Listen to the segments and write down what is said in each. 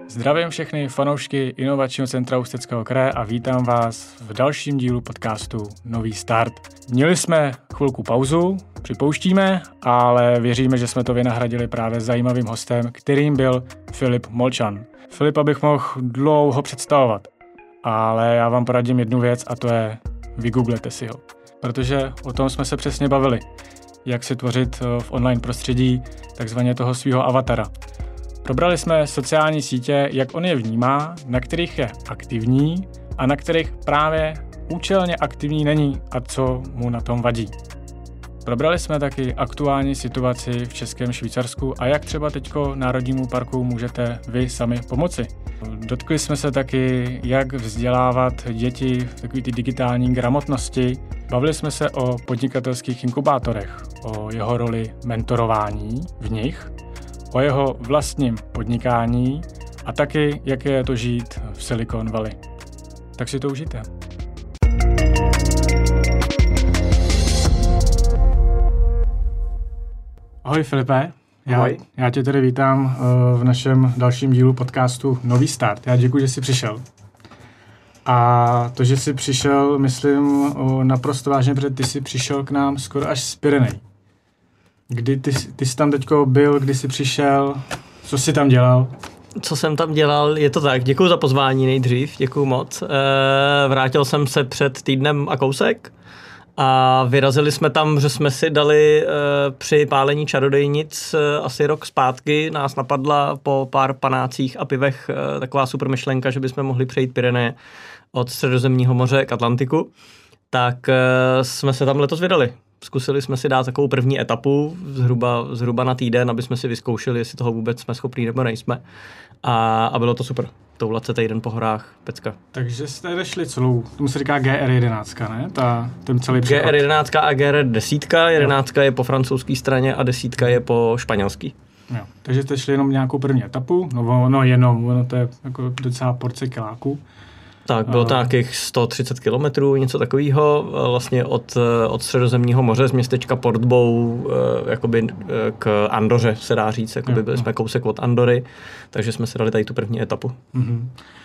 Zdravím všechny fanoušky Inovačního centra Ústeckého kraje a vítám vás v dalším dílu podcastu Nový start. Měli jsme chvilku pauzu, připouštíme, ale věříme, že jsme to vynahradili právě zajímavým hostem, kterým byl Filip Molčan. Filipa bych mohl dlouho představovat, ale já vám poradím jednu věc a to je vygooglete si ho. Protože o tom jsme se přesně bavili, jak si tvořit v online prostředí takzvaně toho svého avatara. Probrali jsme sociální sítě, jak on je vnímá, na kterých je aktivní a na kterých právě účelně aktivní není a co mu na tom vadí. Probrali jsme taky aktuální situaci v Českém Švýcarsku a jak třeba teďko Národnímu parku můžete vy sami pomoci. Dotkli jsme se taky, jak vzdělávat děti v takové ty digitální gramotnosti. Bavili jsme se o podnikatelských inkubátorech, o jeho roli mentorování v nich, o jeho vlastním podnikání a taky, jak je to žít v Silicon Valley. Tak si to užijte. Ahoj Filipe. Ahoj. Já tě tady vítám v našem dalším dílu podcastu Nový start. Já děkuji, že jsi přišel. A to, že jsi přišel, myslím naprosto vážně, protože ty jsi přišel k nám skoro až z Pyrenej. Kdy ty jsi tam teďko byl, kdy jsi přišel, co jsi tam dělal? Co jsem tam dělal, je to tak, děkuju za pozvání nejdřív, děkuju moc. Vrátil jsem se před týdnem a kousek a vyrazili jsme tam, že jsme si dali při pálení čarodejnic asi rok zpátky, nás napadla po pár panácích a pivech taková super myšlenka, že bychom mohli přejít Pyreneje od Středozemního moře k Atlantiku, tak jsme se tam letos vydali. Zkusili jsme si dát takovou první etapu, zhruba na týden, aby jsme si vyzkoušeli, jestli toho vůbec jsme schopní nebo nejsme. A bylo to super. Toulat se týden po horách, pecka. Takže jste šli celou, tomu se říká GR11, ne? Ten celý přechod. GR11 a GR10, 11 je po francouzské straně a 10 je po španělský. Jo. Takže jste šli jenom nějakou první etapu, ono to je jako docela porce kiláků. Tak, bylo to nějakých 130 kilometrů, něco takového, vlastně od Středozemního moře z městečka Portbou jakoby k Andoře, se dá říct, jakoby byli jsme kousek od Andory, takže jsme si dali tady tu první etapu. Mm-hmm.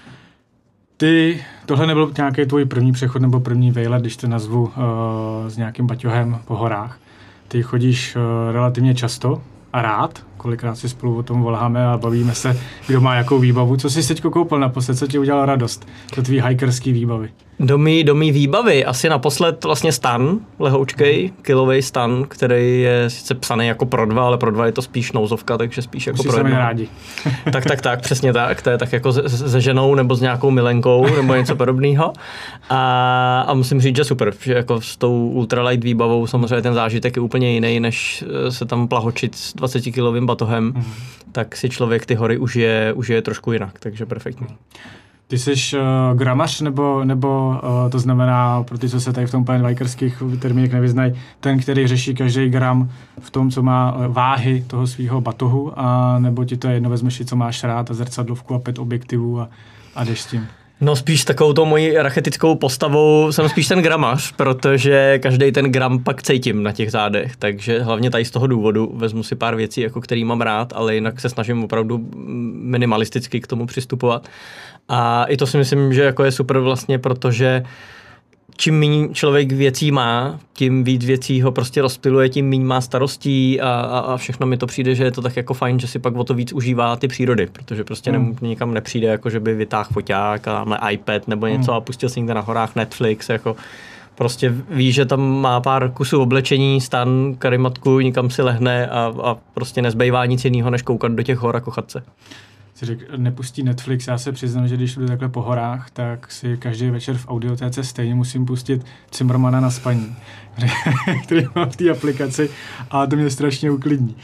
Tohle nebyl nějaký tvůj první přechod nebo první vejlet, když te nazvu s nějakým baťohem po horách. Ty chodíš relativně často a rád, kolikrát si spolu o tom voláme a bavíme se, kdo má jakou výbavu. Co jsi teďko koupil naposled, co ti udělalo radost do tvý hikerský výbavy? Do mý výbavy, asi naposled vlastně stan, lehoučkej, kilovej stan, který je sice psaný jako pro 2, ale pro 2 je to spíš nouzovka, takže spíš jako pro 1. rádi. tak, přesně tak, to je tak jako se ženou nebo s nějakou milenkou nebo něco podobného. A musím říct, že super, že jako s tou ultralight výbavou samozřejmě ten zážitek je úplně jiný, než se tam plahočit s 20-kilovým batohem, tak si člověk ty hory užije trošku jinak, takže perfektní. Ty jsi gramař, nebo to znamená, pro ty, co se tady v tom úplně bikerských termínech nevyznají, ten, který řeší každý gram v tom, co má váhy toho svého batohu, a nebo ti to je jedno, vezmeš si, co máš rád a zrcadlovku a 5 objektivů a jdeš s tím? No spíš takovou tou mojí rachetickou postavou jsem spíš ten gramař, protože každý ten gram pak cítím na těch zádech, takže hlavně tady z toho důvodu vezmu si pár věcí, jako který mám rád, ale jinak se snažím opravdu minimalisticky k tomu přistupovat. A i to si myslím, že jako je super vlastně, protože čím méně člověk věcí má, tím víc věcí ho prostě rozptyluje, tím méně má starostí a všechno mi to přijde, že je to tak jako fajn, že si pak o to víc užívá ty přírody, protože prostě nikam nepřijde, jako že by vytáhl foťák a iPad nebo něco a pustil si někde na horách Netflix, jako prostě ví, že tam má pár kusů oblečení, stan, karimatku, nikam si lehne a prostě nezbývá nic jiného, než koukat do těch hor a kochat se. Si řekl, nepustí Netflix, já se přiznám, že když jdu takhle po horách, tak si každý večer v audiotéce stejně musím pustit Cimrmana na spaní, který mám v té aplikaci a to mě strašně uklidní.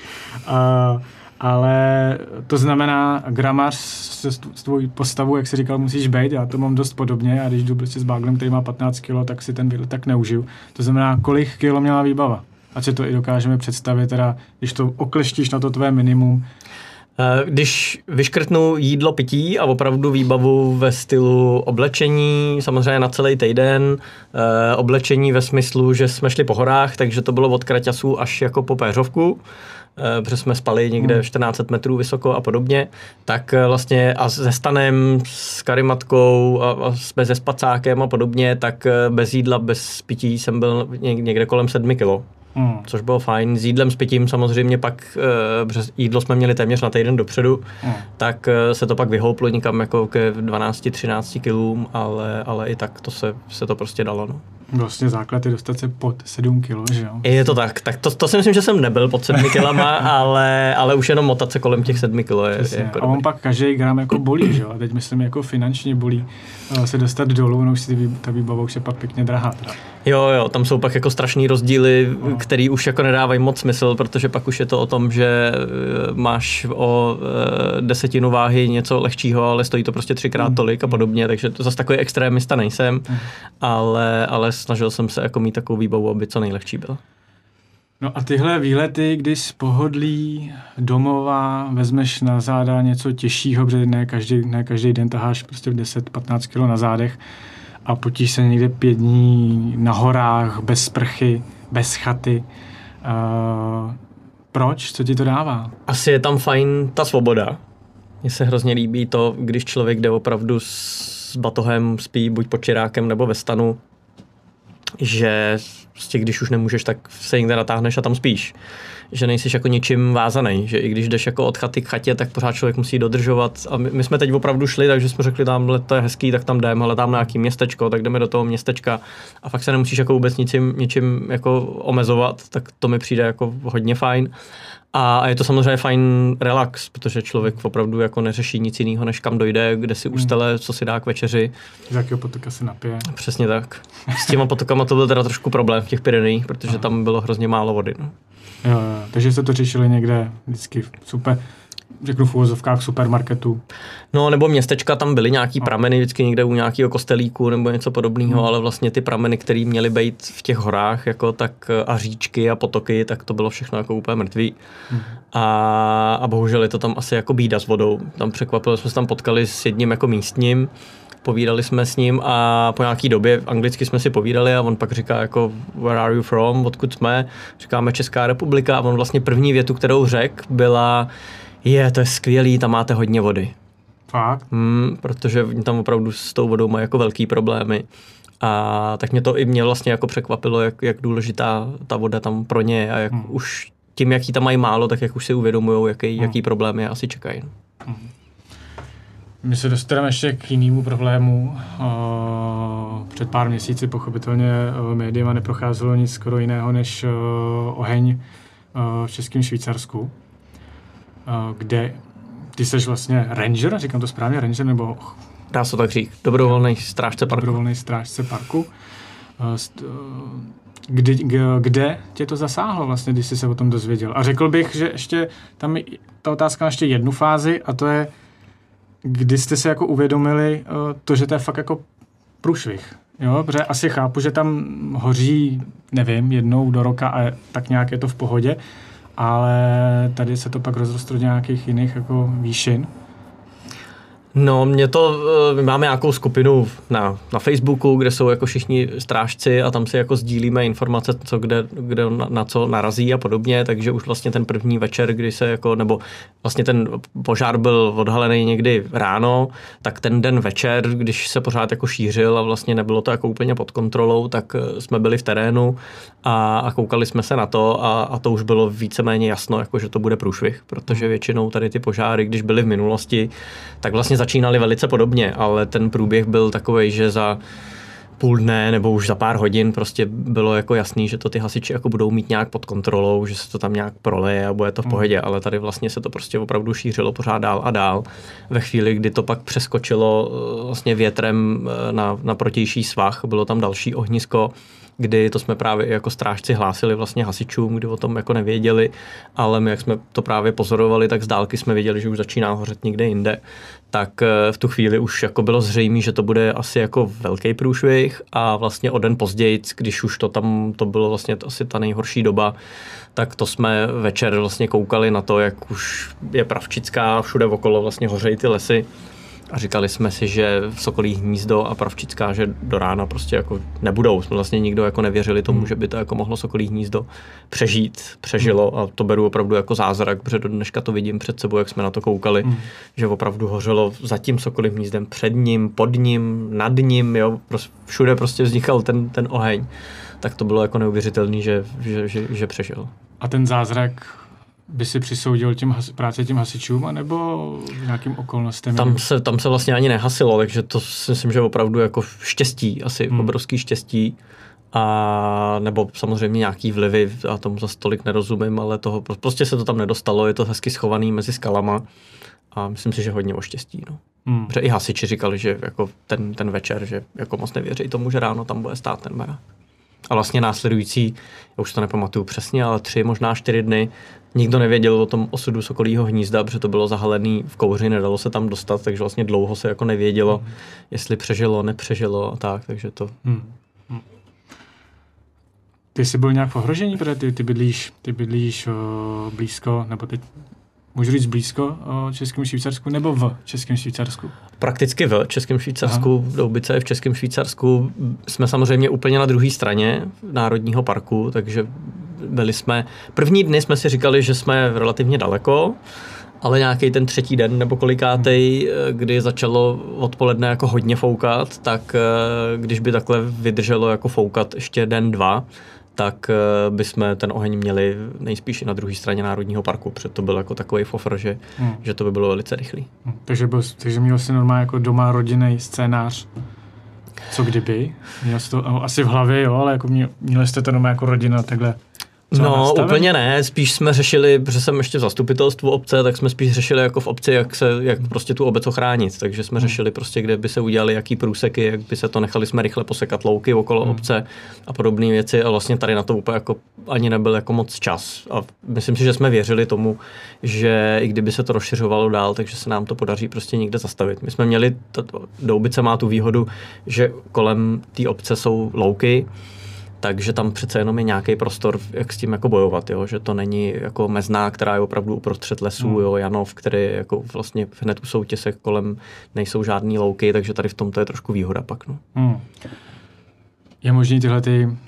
Ale to znamená, gramař s tvou postavou, jak jsi říkal, musíš být, já to mám dost podobně a když jdu prostě s báglem, který má 15 kg, tak si ten výlet tak neužiju. To znamená, kolik kilo měla výbava? Ať si to i dokážeme představit, teda, když to okleštíš na to tvé minimum. Když vyškrtnu jídlo, pití a opravdu výbavu ve stylu oblečení, samozřejmě na celý týden, oblečení ve smyslu, že jsme šli po horách, takže to bylo od kraťasů až jako po péřovku. protože jsme spali někde 1400 metrů vysoko a podobně, tak vlastně a se stanem, s karimatkou a se spacákem a podobně, tak bez jídla, bez pití jsem byl někde kolem 7 kilo. Což bylo fajn. S jídlem, s pitím samozřejmě pak, jídlo jsme měli téměř na týden dopředu, tak se to pak vyhouplo někam jako ke 12-13 kilům, ale i tak se to prostě dalo. No. Vlastně základ je dostat se pod 7 kilo, že jo? Je to tak. Tak to si myslím, že jsem nebyl pod 7 kilama, ale už jenom motat se kolem těch 7 kilo je jako a on pak každý gram jako bolí, že jo? A teď myslím jako finančně bolí se dostat dolů, no už si ta výbava už je pak pěkně drahá. Teda. Jo, tam jsou pak jako strašný rozdíly, který už jako nedávají moc smysl, protože pak už je to o tom, že máš o 10 váhy něco lehčího, ale stojí to prostě 3x tolik a podobně, takže to zase takový extrémista nejsem, ale snažil jsem se jako mít takovou výbavu, aby co nejlehčí byl. No a tyhle výlety, když z pohodlí domova vezmeš na záda něco těžšího, protože ne každý den taháš prostě 10-15 kilo na zádech a potíš se někde 5 dní na horách, bez sprchy, bez chaty. Proč? Co ti to dává? Asi je tam fajn ta svoboda. Mně se hrozně líbí to, když člověk jde opravdu s batohem, spí buď pod čirákem nebo ve stanu, že prostě když už nemůžeš, tak se někde natáhneš a tam spíš. Že nejsi jako ničím vázaný, že i když jdeš jako od chaty k chatě, tak pořád člověk musí dodržovat. A my jsme teď opravdu šli, takže jsme řekli, tamhle to je hezký, tak tam jdeme, ale tam nějaký městečko, tak jdeme do toho městečka a fakt se nemusíš jako vůbec ničím jako omezovat, tak to mi přijde jako hodně fajn. A je to samozřejmě fajn relax, protože člověk opravdu jako neřeší nic jiného, než kam dojde, kde si ustele, co si dá k večeři. Z jakého potoka se napije. Přesně tak. S těma potokama to byl teda trošku problém v těch Pyrenejích, protože tam bylo hrozně málo vody. No. Jo, takže jste to řešili někde vždycky super, řeknu v uvozovkách supermarketu. No nebo městečka, tam byly nějaký prameny vždycky někde u nějakého kostelíku nebo něco podobného, ale vlastně ty prameny, které měly být v těch horách, jako tak a říčky a potoky, tak to bylo všechno jako úplně mrtvý. A bohužel je to tam asi jako bída s vodou. Tam překvapilo, jsme se tam potkali s jedním jako místním, povídali jsme s ním a po nějaký době anglicky jsme si povídali a on pak říká jako where are you from, odkud jsme, říkáme Česká republika a on vlastně první větu, kterou řekl, byla to je skvělý, tam máte hodně vody. Fakt? Protože tam opravdu s tou vodou mají jako velký problémy. A tak mě vlastně jako překvapilo, jak důležitá ta voda tam pro ně je a jak už tím, jak jí tam mají málo, tak jak už si uvědomujou, jaký problémy asi čekají. My se dostaneme ještě k jinému problému. Před pár měsíci pochopitelně médiama neprocházelo nic skoro jiného než oheň v Českém Švýcarsku, kde ty seš vlastně ranger, říkám to správně, ranger nebo... Dá se tak říct, dobrovolný strážce parku. Dobrovolný strážce parku. Kde tě to zasáhlo vlastně, když jsi se o tom dozvěděl? A řekl bych, že ještě tam ta otázka má ještě jednu fázi a to je, kdy jste se jako uvědomili to, že to je fakt jako průšvih. Jo, protože asi chápu, že tam hoří, nevím, jednou do roka a tak nějak je to v pohodě, ale tady se to pak rozrostlo do nějakých jiných jako výšin. No, my máme nějakou skupinu na Facebooku, kde jsou jako všichni strážci a tam si jako sdílíme informace, co kde na co narazí a podobně, takže už vlastně ten první večer, kdy se jako, nebo vlastně ten požár byl odhalený někdy ráno, tak ten den večer, když se pořád jako šířil a vlastně nebylo to jako úplně pod kontrolou, tak jsme byli v terénu a koukali jsme se na to a to už bylo víceméně jasno, jako že to bude průšvih, protože většinou tady ty požáry, když byly v minulosti, tak vlastně začínali velice podobně, ale ten průběh byl takovej, že za půl dne nebo už za pár hodin prostě bylo jako jasný, že to ty hasiči jako budou mít nějak pod kontrolou, že se to tam nějak proleje a bude to v pohodě, ale tady vlastně se to prostě opravdu šířilo pořád dál a dál. Ve chvíli, kdy to pak přeskočilo vlastně větrem na protější svah, bylo tam další ohnisko, kdy to jsme právě jako strážci hlásili vlastně hasičům, kdy o tom jako nevěděli, ale my, jak jsme to právě pozorovali, tak z dálky jsme věděli, že už začíná hořet někde jinde. Tak v tu chvíli už jako bylo zřejmé, že to bude asi jako velký průšvih a vlastně o den později, když už to bylo vlastně asi ta nejhorší doba, tak to jsme večer vlastně koukali na to, jak už je Pravčická, všude okolo vlastně hořejí ty lesy. A říkali jsme si, že Sokolí hnízdo a Pravčická, že do rána prostě jako nebudou. Jsme vlastně nikdo jako nevěřili tomu, že by to jako mohlo Sokolí hnízdo přežilo a to beru opravdu jako zázrak, protože do dneška to vidím před sebou, jak jsme na to koukali, že opravdu hořelo za tím Sokolím hnízdem, před ním, pod ním, nad ním, jo, všude prostě vznikal ten oheň. Tak to bylo jako neuvěřitelný, že přežil. A ten zázrak by si přisoudil práci těm hasičům, anebo nějakým okolnostem? Tam se vlastně ani nehasilo, takže to si myslím, že opravdu jako štěstí, asi obrovský štěstí. A nebo samozřejmě nějaký vlivy, a tomu zase tolik nerozumím, ale toho prostě se to tam nedostalo, je to hezky schovaný mezi skalama a myslím si, že hodně o štěstí. No. Protože i hasiči říkali, že jako ten večer, že jako moc nevěří tomu, že ráno tam bude stát ten barák. A vlastně následující, já už to nepamatuju přesně, ale 3, možná 4 dny, nikdo nevěděl o tom osudu Sokolího hnízda, protože to bylo zahalené v kouři, nedalo se tam dostat, takže vlastně dlouho se jako nevědělo, jestli přežilo, nepřežilo a tak, takže to... Ty jsi byl nějak v ohrožení, protože ty bydlíš blízko, nebo teď můžu říct blízko Českému Švýcarsku, nebo v Českém Švýcarsku? Prakticky v Českém Švýcarsku, Doubice je v Českém Švýcarsku. Jsme samozřejmě úplně na druhé straně Národního parku, takže byli jsme... První dny jsme si říkali, že jsme relativně daleko, ale nějaký ten 3. den nebo kolikátej, kdy začalo odpoledne jako hodně foukat, tak když by takhle vydrželo jako foukat ještě den, 2, tak bychom ten oheň měli nejspíš i na druhé straně Národního parku, protože to byl jako takový fofr, že to by bylo velice rychlý. Takže měl jsi normálně jako doma rodinný scénář, co kdyby? Měl jsi to asi v hlavě, jo, ale jako měli jste to normálně jako rodina takhle. No, nastaven? Úplně ne, spíš jsme řešili, protože jsem ještě v zastupitelstvu obce, tak jsme spíš řešili jako v obci, jak prostě tu obec ochránit, takže jsme řešili prostě, kde by se udělali jaký průseky, jak by se to nechali jsme rychle posekat louky okolo obce a podobné věci a vlastně tady na to úplně jako ani nebyl jako moc čas a myslím si, že jsme věřili tomu, že i kdyby se to rozšiřovalo dál, takže se nám to podaří prostě někde zastavit. My jsme měli, Doubice má tu výhodu, že kolem té obce jsou louky, takže tam přece jenom je nějaký prostor, jak s tím jako bojovat, jo? Že to není jako Mezná, která je opravdu uprostřed lesů, jo? Janov, který jako vlastně hned u Soutěsek kolem nejsou žádný louky, takže tady v tom to je trošku výhoda pak. No. Je možný tyhle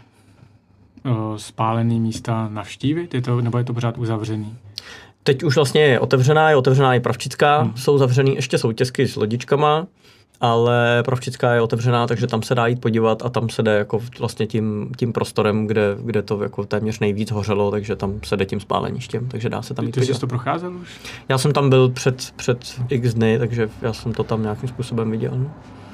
spálené místa navštívit, nebo je to pořád uzavřený? Teď už vlastně je otevřená i Pravčická, jsou zavřený ještě Soutěsky s lodičkama, ale Pravčická je otevřená, takže tam se dá jít podívat a tam se jde jako vlastně tím prostorem, kde to jako téměř nejvíc hořelo, takže tam se jde tím spáleništěm, takže dá se tam jít podívat. Ty jsi to procházel už? Já jsem tam byl před x dny, takže já jsem to tam nějakým způsobem viděl. No.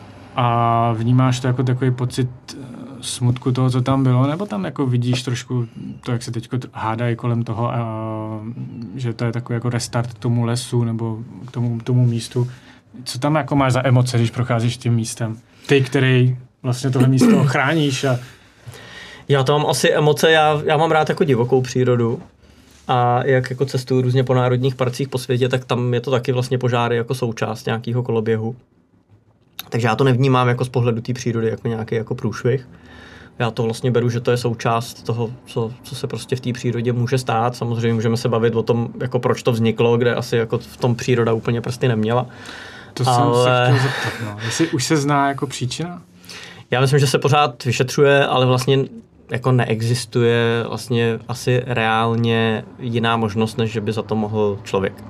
A vnímáš to jako takový pocit smutku toho, co tam bylo, nebo tam jako vidíš trošku to, jak se teď hádají kolem toho, že to je takový jako restart tomu lesu nebo k tomu místu. Co tam jako máš za emoce, když procházíš tím místem? Ty, který vlastně tohle místo chráníš. Já to mám asi emoce, já mám rád jako divokou přírodu a jak jako cestuju různě po národních parcích po světě, tak tam je to taky vlastně požáry jako součást nějakého koloběhu. Takže já to nevnímám jako z pohledu té přírody jako nějaký jako průšvih. Já to vlastně beru, že to je součást toho, co se prostě v té přírodě může stát. Samozřejmě můžeme se bavit o tom, jako proč to vzniklo, kde asi jako v tom příroda úplně prsty neměla. To jsem se chtěl zeptat, no. Jestli už se zná jako příčina? Já myslím, že se pořád vyšetřuje, ale vlastně jako neexistuje vlastně asi reálně jiná možnost, než že by za to mohl člověk.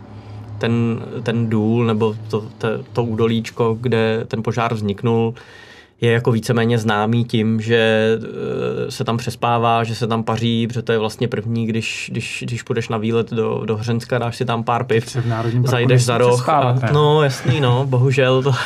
Ten důl nebo to údolíčko, kde ten požár vzniknul, je jako víceméně známý tím, že se tam přespává, že se tam paří, protože to je vlastně první, když půjdeš na výlet do Hřenska, dáš si tam pár piv, zajdeš za roh. No jasný, no, bohužel to...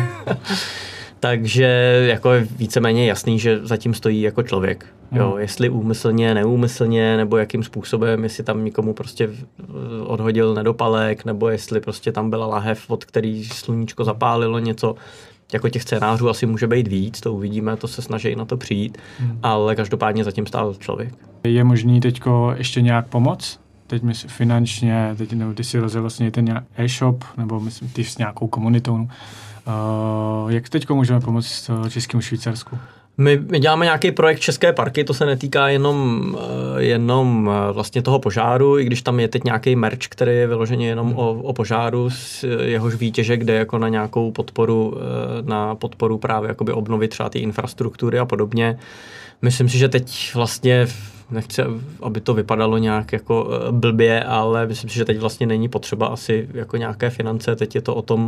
Takže jako je víceméně jasný, že zatím stojí jako člověk. Jo, jestli úmyslně, neúmyslně, nebo jakým způsobem, jestli tam někomu prostě odhodil nedopalek, nebo jestli prostě tam byla lahev, od který sluníčko zapálilo něco. Jako těch scénářů asi může být víc, to uvidíme, to se snaží na to přijít, ale každopádně zatím stál člověk. Je možný teďko ještě nějak pomoct? Teď myslím finančně, ty si rozjel vlastně ten e-shop, nebo myslím ty s nějakou komunitou. Jak teď můžeme pomoct Českému Švýcarsku? My děláme nějaký projekt České parky, to se netýká jenom vlastně toho požáru, i když tam je teď nějaký merch, který je vyloženě jenom o požáru, jehož výtěžek jde jako na nějakou podporu právě jakoby obnovy třeba té infrastruktury a podobně. Myslím si, že teď vlastně nechci, aby to vypadalo nějak jako blbě, ale myslím si, že teď vlastně není potřeba asi jako nějaké finance, teď je to o tom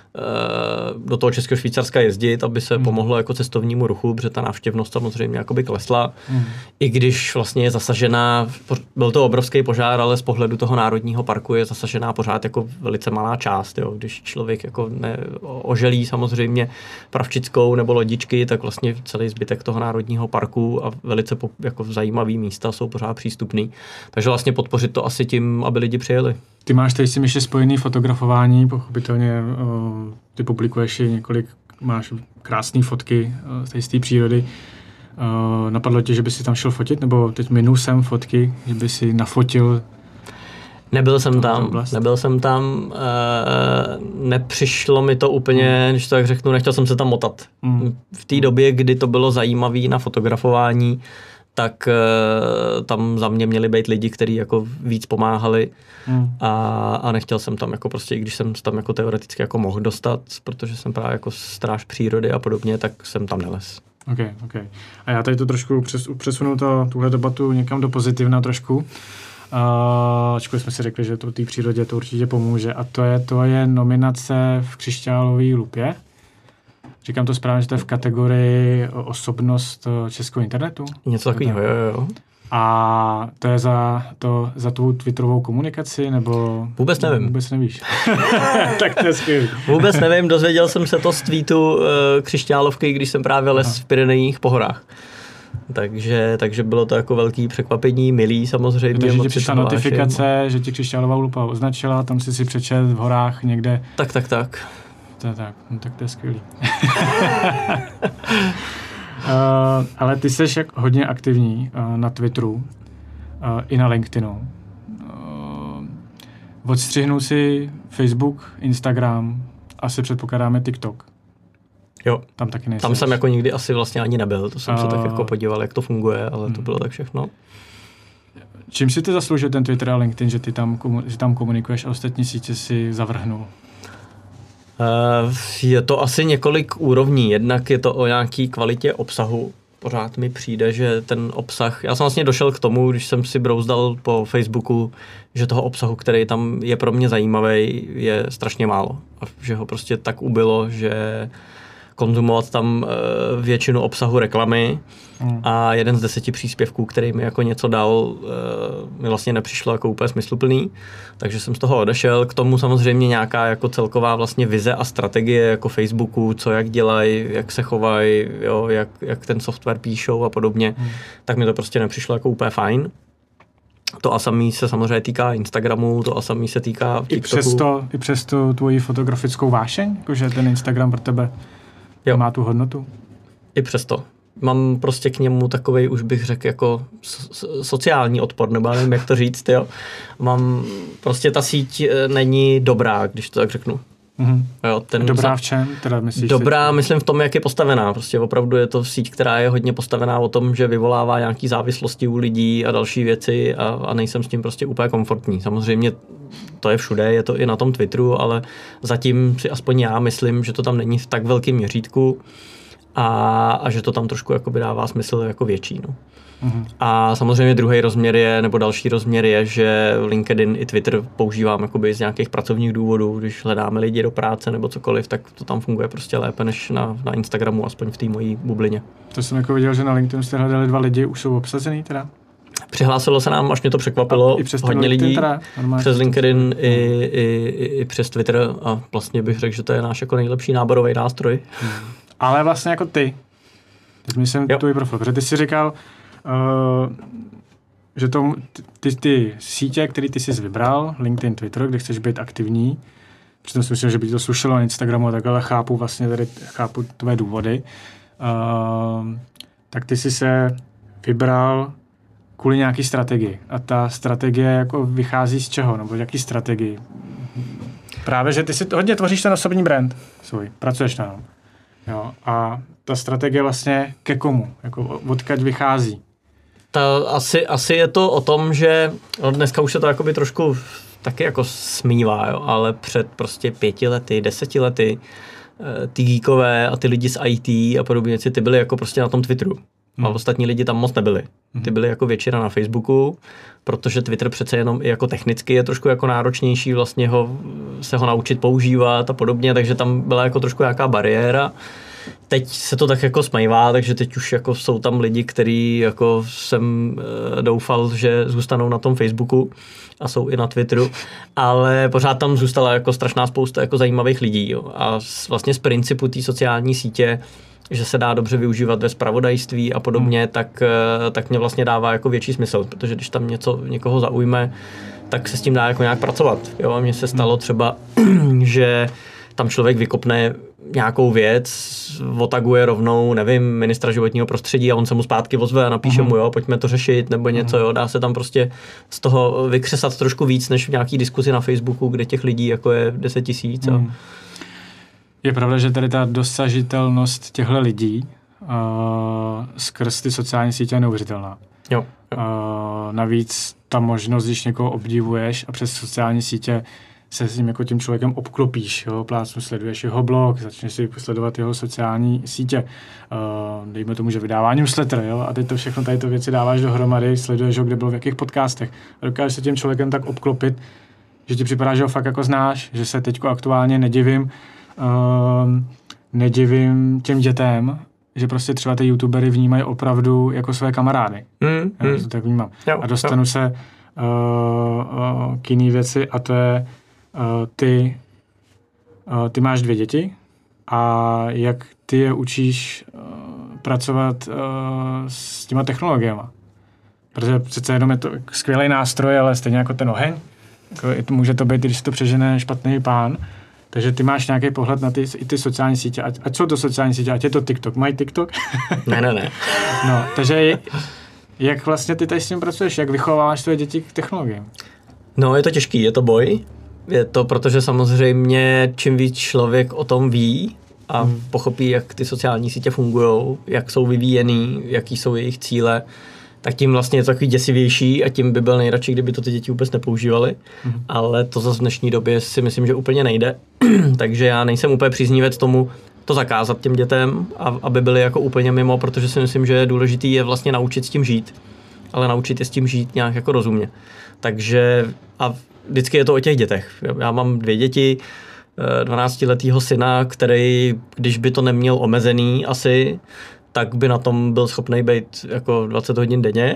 do toho Českého Švýcarska jezdit, aby se pomohlo jako cestovnímu ruchu, protože ta návštěvnost samozřejmě jakoby klesla. I když vlastně je zasažená, byl to obrovský požár, ale z pohledu toho národního parku je zasažená pořád jako velice malá část. Jo. Když člověk jako oželí samozřejmě Pravčickou nebo Lodičky, tak vlastně celý zbytek toho národního parku a velice jako zajímavý místa jsou pořád přístupný. Takže vlastně podpořit to asi tím, aby lidi přijeli. Ty máš tady s tím ještě spojený fotografování, pochopitelně ty publikuješ máš krásné fotky z té přírody. Napadlo tě, že by si tam šel fotit, nebo teď minul jsem fotky, že by si nafotil? Nebyl jsem tam, nepřišlo mi to úplně, když to tak řeknu, nechtěl jsem se tam motat. V té době, kdy to bylo zajímavé na fotografování, tak tam za mě měli být lidi, kteří jako víc pomáhali a nechtěl jsem tam jako prostě, i když jsem tam jako teoreticky jako mohl dostat, protože jsem právě jako stráž přírody a podobně, tak jsem tam nelez. Ok. A já tady to trošku přesunu tuhle debatu někam do pozitivna trošku. Ačkoliv jsme si řekli, že to té přírodě to určitě pomůže. A to je nominace v Křišťálové lupě. Říkám to správně, že to je v kategorii osobnost českého internetu? Něco takového, jo. A to je za tu twitterovou komunikaci, nebo... Vůbec nevím. Vůbec nevíš. Tak to je skvělý. Vůbec nevím, dozvěděl jsem se to z tweetu Křišťálovky, když jsem právě les v Pyrenejích po horách. Takže bylo to jako velký překvapení, milý samozřejmě. Takže ti přišla notifikace, že ti Křišťálová lupa označila, tam si přečet v horách někde. Tak. Tak to je skvělý. Ale ty jsi hodně aktivní na Twitteru i na LinkedInu. Odstřihnul si Facebook, Instagram, asi předpokládáme TikTok. Jo, tam taky nejseš. Tam jsem jako nikdy asi vlastně ani nebyl, to jsem se tak jako podíval, jak to funguje, ale to bylo tak všechno. Čím si ty zasloužil ten Twitter a LinkedIn, že ty tam komunikuješ a ostatní sítě si zavrhnul? Je to asi několik úrovní. Jednak je to o nějaký kvalitě obsahu. Pořád mi přijde, že ten obsah... Já jsem vlastně došel k tomu, když jsem si brouzdal po Facebooku, že toho obsahu, který tam je pro mě zajímavý, je strašně málo. A že ho prostě tak ubylo, že konzumovat tam většinu obsahu reklamy a 1 z 10 příspěvků, který mi jako něco dal, mi vlastně nepřišlo jako úplně smysluplný, takže jsem z toho odešel. K tomu samozřejmě nějaká jako celková vlastně vize a strategie jako Facebooku, co jak dělají, jak se chovají, jo, jak ten software píšou a podobně, tak mi to prostě nepřišlo jako úplně fajn. To a samý se samozřejmě týká Instagramu, to a samý se týká TikToku. I přes tvoji fotografickou vášeň, jakože ten Instagram pro tebe má tu hodnotu? I přesto. Mám prostě k němu takovej, už bych řekl, jako sociální odpor, nebo nevím, jak to říct, jo. Prostě ta síť není dobrá, když to tak řeknu. Jo, dobrá v čem? Teda myslíš myslím v tom, jak je postavená. Prostě opravdu je to síť, která je hodně postavená o tom, že vyvolává nějaký závislosti u lidí a další věci a nejsem s tím prostě úplně komfortní. Samozřejmě to je všude, je to i na tom Twitteru, ale zatím si aspoň já myslím, že to tam není v tak velkém měřítku a že to tam trošku jakoby dává smysl jako větší. No. A samozřejmě druhý rozměr je, nebo další rozměr je, že LinkedIn i Twitter používám jakoby z nějakých pracovních důvodů, když hledáme lidi do práce nebo cokoliv, tak to tam funguje prostě lépe než na Instagramu, aspoň v té mojí bublině. To jsem jako viděl, že na LinkedInu jste hledali 2 lidi, už jsou obsazený teda? Přihlásilo se nám, až mě to překvapilo, hodně lidí, přes LinkedIn i přes Twitter a vlastně bych řekl, že to je náš jako nejlepší náborový nástroj. Ale vlastně jako ty. Teď myslím tvůj profil, protože ty jsi říkal, že ty sítě, které ty jsi vybral, LinkedIn, Twitter, kde chceš být aktivní, přitom si myslím, že by to slušelo na Instagramu a takhle, chápu tvé důvody, tak ty jsi se vybral kvůli nějaký strategii. A ta strategie jako vychází z čeho? Nebo jaký strategii? Právě, že ty si hodně tvoříš ten osobní brand svůj. Pracuješ na něm. Jo. A ta strategie vlastně ke komu? Jako odkud vychází? Asi je to o tom, že dneska už se to jakoby trošku taky jako smívá, jo, ale před prostě 5 lety, 10 lety ty geekové a ty lidi z IT a podobně, ty byli jako prostě na tom Twitteru. A ostatní lidi tam moc nebyli. Ty byli jako většina na Facebooku, protože Twitter přece jenom i jako technicky je trošku jako náročnější vlastně se ho naučit používat a podobně, takže tam byla jako trošku nějaká bariéra. Teď se to tak jako smajvá, takže teď už jako jsou tam lidi, kteří jako jsem doufal, že zůstanou na tom Facebooku a jsou i na Twitteru, ale pořád tam zůstala jako strašná spousta jako zajímavých lidí. Jo. A vlastně z principu té sociální sítě, že se dá dobře využívat ve zpravodajství a podobně, tak mě vlastně dává jako větší smysl, protože když tam někoho zaujme, tak se s tím dá jako nějak pracovat. Jo. A mně se stalo třeba, že tam člověk vykopne nějakou věc, otaguje rovnou, nevím, ministra životního prostředí a on se mu zpátky ozve a napíše mu, jo, pojďme to řešit, nebo něco, jo, dá se tam prostě z toho vykřesat trošku víc, než v nějaký diskuzi na Facebooku, kde těch lidí jako je 10 000. Je pravda, že tady ta dosažitelnost těchto lidí skrz ty sociální sítě je neuvěřitelná. Jo. Navíc ta možnost, když někoho obdivuješ a přes sociální sítě se s ním jako tím člověkem obklopíš, jo, plácnu, sleduješ jeho blog, začneš si sledovat jeho sociální sítě, dejme tomu, že vydává newsletter, jo, a teď to všechno tady to věci dáváš dohromady, sleduješ ho, kde byl v jakých podcastech a dokážeš se tím člověkem tak obklopit, že ti připadá, že ho fakt jako znáš, že se teďko aktuálně nedivím těm dětem, že prostě třeba ty youtubery vnímají opravdu jako své kamarády. Já to tak vnímám. A dostanu se k jiný věci a to je ty máš 2 děti a jak ty je učíš pracovat s těma technologiemi. Protože přece jenom je to skvělý nástroj, ale stejně jako ten oheň. Jako může to být, když to přežene špatný pán. Takže ty máš nějaký pohled na ty sociální sítě. Ať jsou to sociální sítě, ať je to TikTok. Mají TikTok? Ne. No, takže jak vlastně ty tady s tím pracuješ? Jak vychováváš tvoje děti k technologiím? No, je to těžký, je to boj. Je to, protože samozřejmě čím víc člověk o tom ví a pochopí, jak ty sociální sítě fungujou, jak jsou vyvíjený, jaký jsou jejich cíle, tak tím vlastně je to takový děsivější a tím by byl nejradši, kdyby to ty děti vůbec nepoužívaly. Ale to zase v dnešní době si myslím, že úplně nejde. Takže já nejsem úplně příznivec tomu to zakázat těm dětem, aby byli jako úplně mimo, protože si myslím, že důležitý je vlastně naučit s tím žít, ale naučit je s tím žít nějak jako rozumně. Takže a vždycky je to o těch dětech. Já mám 2 děti, 12letýho syna, který, když by to neměl omezený asi, tak by na tom byl schopný být jako 20 hodin denně.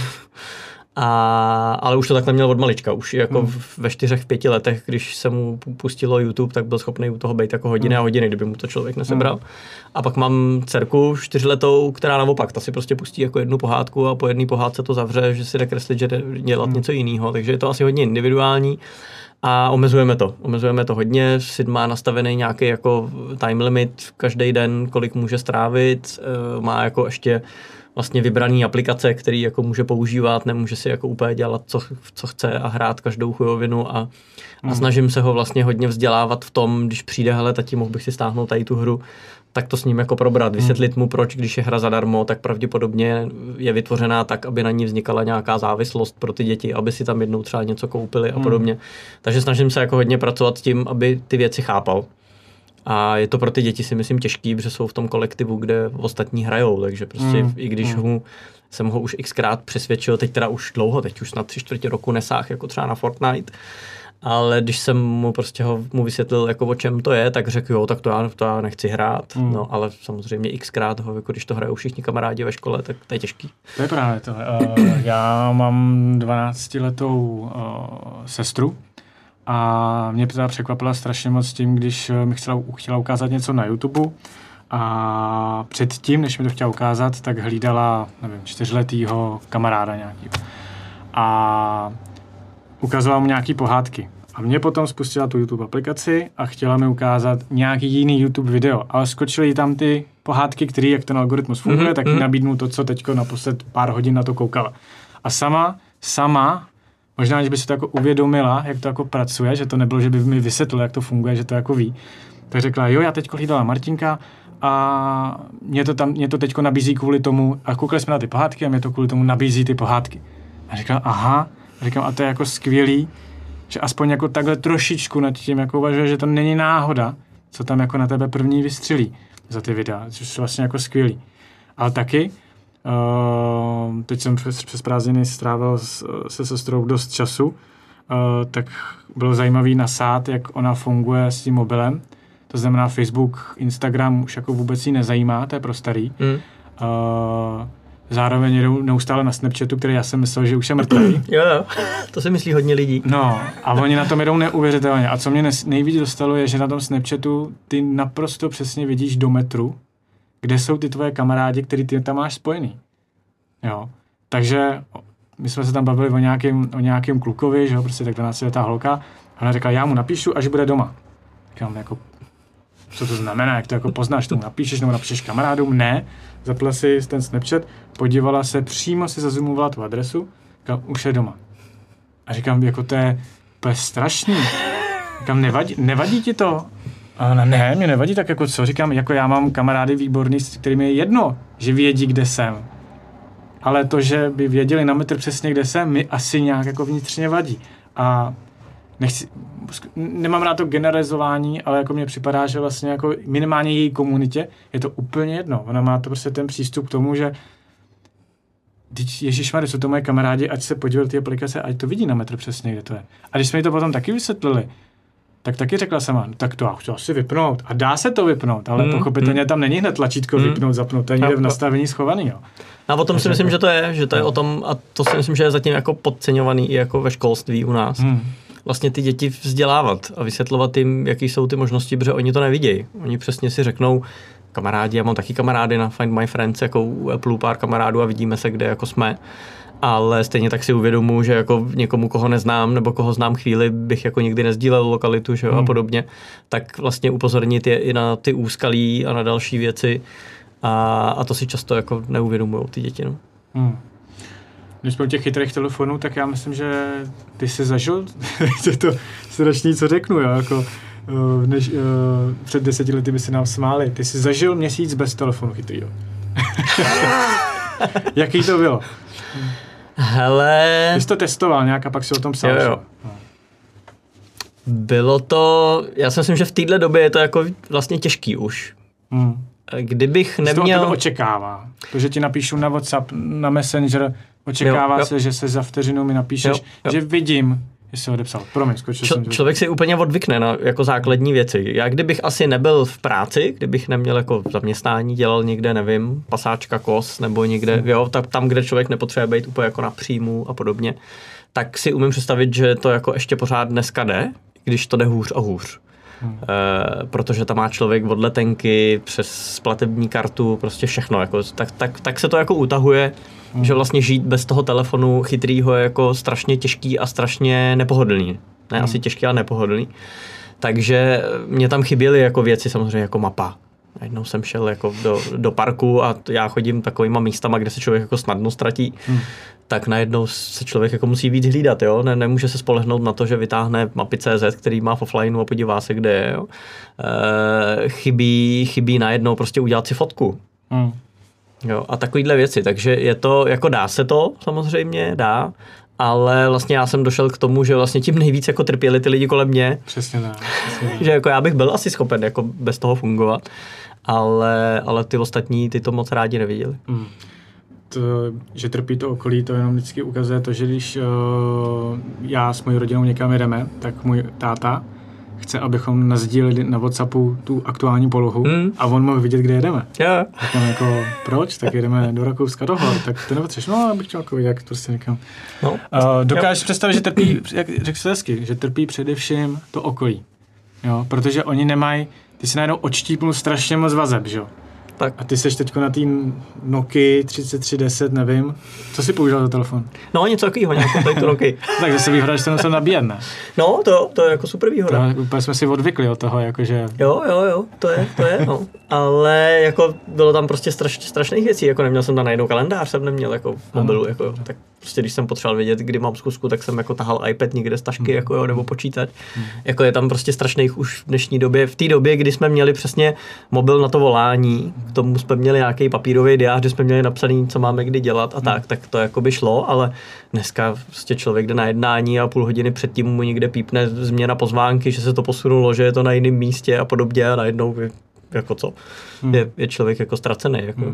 Ale už to tak neměl od malička. Už jako ve 4-5 letech, když se mu pustilo YouTube, tak byl schopný u toho být jako hodiny a hodiny, kdyby mu to člověk nesebral. A pak mám dcerku 4letou, která naopak, ta si prostě pustí jako jednu pohádku a po jedné pohádce to zavře, že si jde kreslit, že jde dělat něco jiného. Takže je to asi hodně individuální. A omezujeme to hodně, Sid má nastavený nějaký jako time limit každý den, kolik může strávit, má jako ještě vlastně vybraný aplikace, který jako může používat, nemůže si jako úplně dělat, co chce a hrát každou chujovinu a snažím se ho vlastně hodně vzdělávat v tom, když přijde, hele, tati, mohl bych si stáhnout tady tu hru, tak to s ním jako probrat, vysvětlit mu, proč, když je hra zadarmo, tak pravděpodobně je vytvořená tak, aby na ní vznikala nějaká závislost pro ty děti, aby si tam jednou třeba něco koupili a podobně. Takže snažím se jako hodně pracovat s tím, aby ty věci chápal. A je to pro ty děti si myslím těžký, protože jsou v tom kolektivu, kde ostatní hrajou, takže prostě i když jsem ho už xkrát přesvědčil, teď teda už dlouho, teď už snad 3/4 roku nesáh, jako třeba na Fortnite, ale když jsem mu prostě mu vysvětlil, jako o čem to je, tak řekl, jo, tak to já nechci hrát. No, ale samozřejmě xkrát ho, jako když to hrajou všichni kamarádi ve škole, tak to je těžký. To je právě to. Já mám 12letou sestru a mě teda překvapila strašně moc tím, když mi chtěla ukázat něco na YouTube a předtím, než mi to chtěla ukázat, tak hlídala, nevím, 4letýho kamaráda nějakýho. A ukazovala mu nějaký pohádky. A mě potom spustila tu YouTube aplikaci a chtěla mi ukázat nějaký jiný YouTube video. Ale skočily jí tam ty pohádky, které, jak ten algoritmus funguje, tak jí nabídnu to, co teďko naposled pár hodin na to koukala. A sama, možná, když by si to jako uvědomila, jak to jako pracuje, že to nebylo, že by mi vysvětlil, jak to funguje, že to jako ví, tak řekla, jo, já teďko hlídala Martinka a mě to teďko nabízí kvůli tomu, a koukali jsme na ty pohádky a mě to kvůli tomu nabízí ty pohádky. A říkal, aha, a to je jako skvělý, že aspoň jako takhle trošičku nad tím jako uvažuje, že to není náhoda, co tam jako na tebe první vystřelí za ty videa, což je vlastně jako skvělý. Ale taky, teď jsem přes prázdniny strávil se sestrou dost času, tak bylo zajímavý nasát, jak ona funguje s tím mobilem. To znamená Facebook, Instagram už jako vůbec jí nezajímá, to je pro starý. Zároveň jedou neustále na Snapchatu, který já jsem myslel, že už je mrtvý. Jo, to si myslí hodně lidí. No, a oni na tom jedou neuvěřitelně. A co mě nejvíc dostalo je, že na tom Snapchatu ty naprosto přesně vidíš do metru, kde jsou ty tvoje kamarádi, který ty tam máš spojený. Jo. Takže my jsme se tam bavili o nějakém klukovi, že jo, prostě tak 12letá holka. A ona řekla, já mu napíšu, až bude doma. Říkám, jako, co to znamená, jak to jako poznáš, tomu napíšeš, nebo napíšeš kamarádům? Ne, zapla si ten Snapchat, podívala se, přímo si zazumovala tu adresu, říkám, už je doma. A říkám, jako to je strašný. Říkám, nevadí ti to? A ona, ne, mě nevadí, tak jako co? Říkám, jako já mám kamarády výborný, s kterými je jedno, že vědí, kde jsem. Ale to, že by věděli na metr přesně, kde jsem, mi asi nějak jako vnitřně vadí. A nemám rád to generalizování, ale jako mně připadá, že vlastně jako minimálně její komunitě je to úplně jedno. Ona má to prostě ten přístup k tomu, že ježišmarja, jsou to moje kamarádi, ať se podívali ty aplikace, ať to vidí na metr přesně, kde to je. A když jsme jí to potom taky vysvětlili, tak taky řekla sama, tak to já chci asi vypnout. A dá se to vypnout, ale pochopitelně tam není hned tlačítko vypnout, zapnout, to je někde v nastavení schovaný. Jo. A o tom si myslím, že to je o tom, a to si myslím, že je zatím jako podceňovaný i jako ve školství u nás. Vlastně ty děti vzdělávat a vysvětlovat jim, jaký jsou ty možnosti, protože oni to nevidějí. Oni přesně si řeknou, kamarádi, já mám taky kamarády na Find My Friends, jako u Apple pár kamarádů a vidíme se, kde jako jsme. Ale stejně tak si uvědomuji, že jako někomu, koho neznám, nebo koho znám chvíli, bych jako nikdy nesdílel lokalitu, že jo, a podobně, tak vlastně upozornit je i na ty úskalí a na další věci a to si často jako neuvědomujou ty děti, no. Když jsme u těch chytrých telefonů, tak já myslím, že ty jsi zažil, je to strašný, co řeknu, jo, jako před 10 lety by se nám smáli. Ty jsi zažil měsíc bez telefonu chytrýho. Jaký to bylo? Hele... Ty jsi to testoval nějak a pak si o tom psal. Jo. Bylo to... Já si myslím, že v téhle době je to jako vlastně těžký už. Kdybych neměl... To očekává. To, že ti napíšu na WhatsApp, na Messenger, očekává se, že se za vteřinu mi napíšeš, že vidím, že jsi odepsal. Promiň, skočil jsem. Člověk si úplně odvykne na jako základní věci. Já kdybych asi nebyl v práci, kdybych neměl jako zaměstnání, dělal někde, nevím, pasáčka kos, nebo někde, jo, tam, kde člověk nepotřebuje být úplně jako na příjmu a podobně, tak si umím představit, že to jako ještě pořád dneska jde, když to jde hůř a hůř. Protože tam má člověk od letenky přes platební kartu, prostě všechno, jako, tak se to jako utahuje, že vlastně žít bez toho telefonu chytrýho je jako strašně těžký a strašně nepohodlný. Ne asi těžký, ale nepohodlný. Takže mě tam chyběly jako věci samozřejmě jako mapa. Jednou jsem šel jako do parku a já chodím takovýma místama, kde se člověk jako snadno ztratí. Tak najednou se člověk jako musí víc hlídat, jo? Nemůže se spolehnout na to, že vytáhne mapy.cz, který má v offlineu a podívá se, kde je, jo? Chybí najednou prostě udělat si fotku. Jo? A takovýhle věci, takže je to, jako dá se to, samozřejmě, dá, ale vlastně já jsem došel k tomu, že vlastně tím nejvíc jako trpěli ty lidi kolem mě. Přesně tak. Že jako já bych byl asi schopen jako bez toho fungovat, ale ty ostatní ty to moc rádi neviděli. To, že trpí to okolí, to jenom vždycky ukazuje to, že když já s mojí rodinou někam jedeme, tak můj táta chce, abychom nasdíleli na WhatsAppu tu aktuální polohu a on mohl vidět, kde jedeme. Yeah. Říkám jako, proč? Tak jedeme do Rakouska do hor, tak to nepotřebuješ. No, abych chtěl jako vidět, jak prostě někam. No. Dokážeš představit, že trpí, jak řekl jsi hezky, že trpí především to okolí. Jo? Protože oni nemají, ty si najednou odštípnul strašně moc vazeb, že jo? Tak. A ty seš teďko na té Nokia 3310, nevím. Co jsi používal za telefon? No, něco takového, nějakou tady tu Nokia. Takže se výhoda, že se musel nabíjet, ne? No, to je jako super výhoda. Úplně jsme si odvykli od toho, jakože... Jo, to je, no. Ale jako bylo tam prostě strašných věcí, jako neměl jsem tam najednou kalendář, jsem neměl jako v mobilu, jako tak prostě když jsem potřeboval vědět, kdy mám zkusku, tak jsem jako tahal iPad někde z tašky, jako jo, nebo počítač. Jako je tam prostě strašných už v dnešní době. V té době, kdy jsme měli přesně mobil na to volání, k tomu jsme měli nějaký papírový diář, kde jsme měli napsaný, co máme kdy dělat a tak to jako by šlo, ale dneska prostě člověk jde na jednání a půl hodiny předtím mu někde pípne změna pozvánky, že se to posunulo, že je to na jiném místě a podobně a najednou jako co? Je člověk jako ztracený. Jako.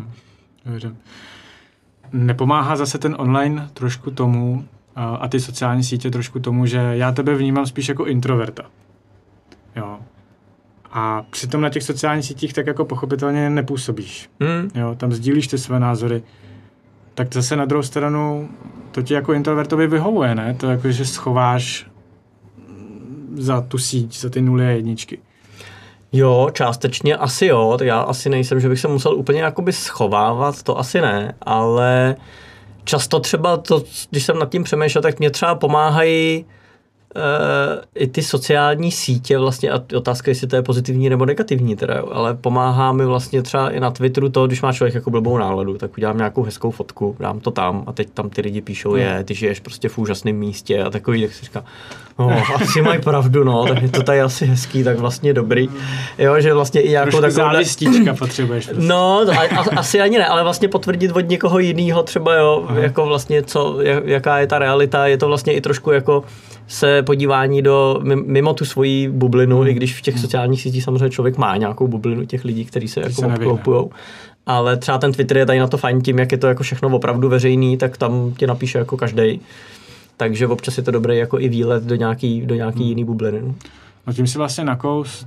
Nepomáhá zase ten online trošku tomu a ty sociální sítě trošku tomu, že já tebe vnímám spíš jako introverta. Jo. A přitom na těch sociálních sítích tak jako pochopitelně nepůsobíš. Jo, tam sdílíš ty své názory. Tak zase na druhou stranu to ti jako introvertovi vyhovuje, ne? To jako, že schováš za tu síť, za ty 0 a 1. Jo, částečně asi jo, tak já asi nejsem, že bych se musel úplně jakoby schovávat, to asi ne, ale často třeba to, když jsem nad tím přemýšlel, tak mě třeba pomáhají i ty sociální sítě vlastně a otázka, jestli to je pozitivní nebo negativní teda, jo, ale pomáhá mi vlastně třeba i na Twitteru to, když má člověk jako blbou náladu, tak udělám nějakou hezkou fotku, dám to tam a teď tam ty lidi píšou, ty žiješ prostě v úžasném místě a takový, tak si říká, no, asi mají pravdu, no, tak je to tady asi hezký, tak vlastně dobrý, jo, že vlastně i nějakou takovou závistička potřebuješ. Prostě. No, asi ani ne, ale vlastně potvrdit od někoho jiného třeba, jo, jako vlastně jaká je ta realita, je to vlastně i trošku jako se podívání mimo tu svoji bublinu, i když v těch sociálních sítích samozřejmě člověk má nějakou bublinu těch lidí, kteří se jako obklopujou. Ale třeba ten Twitter je tady na to fajn tím, jak je to jako všechno opravdu veřejný, tak tam tě napíše jako každej. Takže občas je to dobrý jako i výlet do nějaký jiný bubliny. No tím si vlastně nakous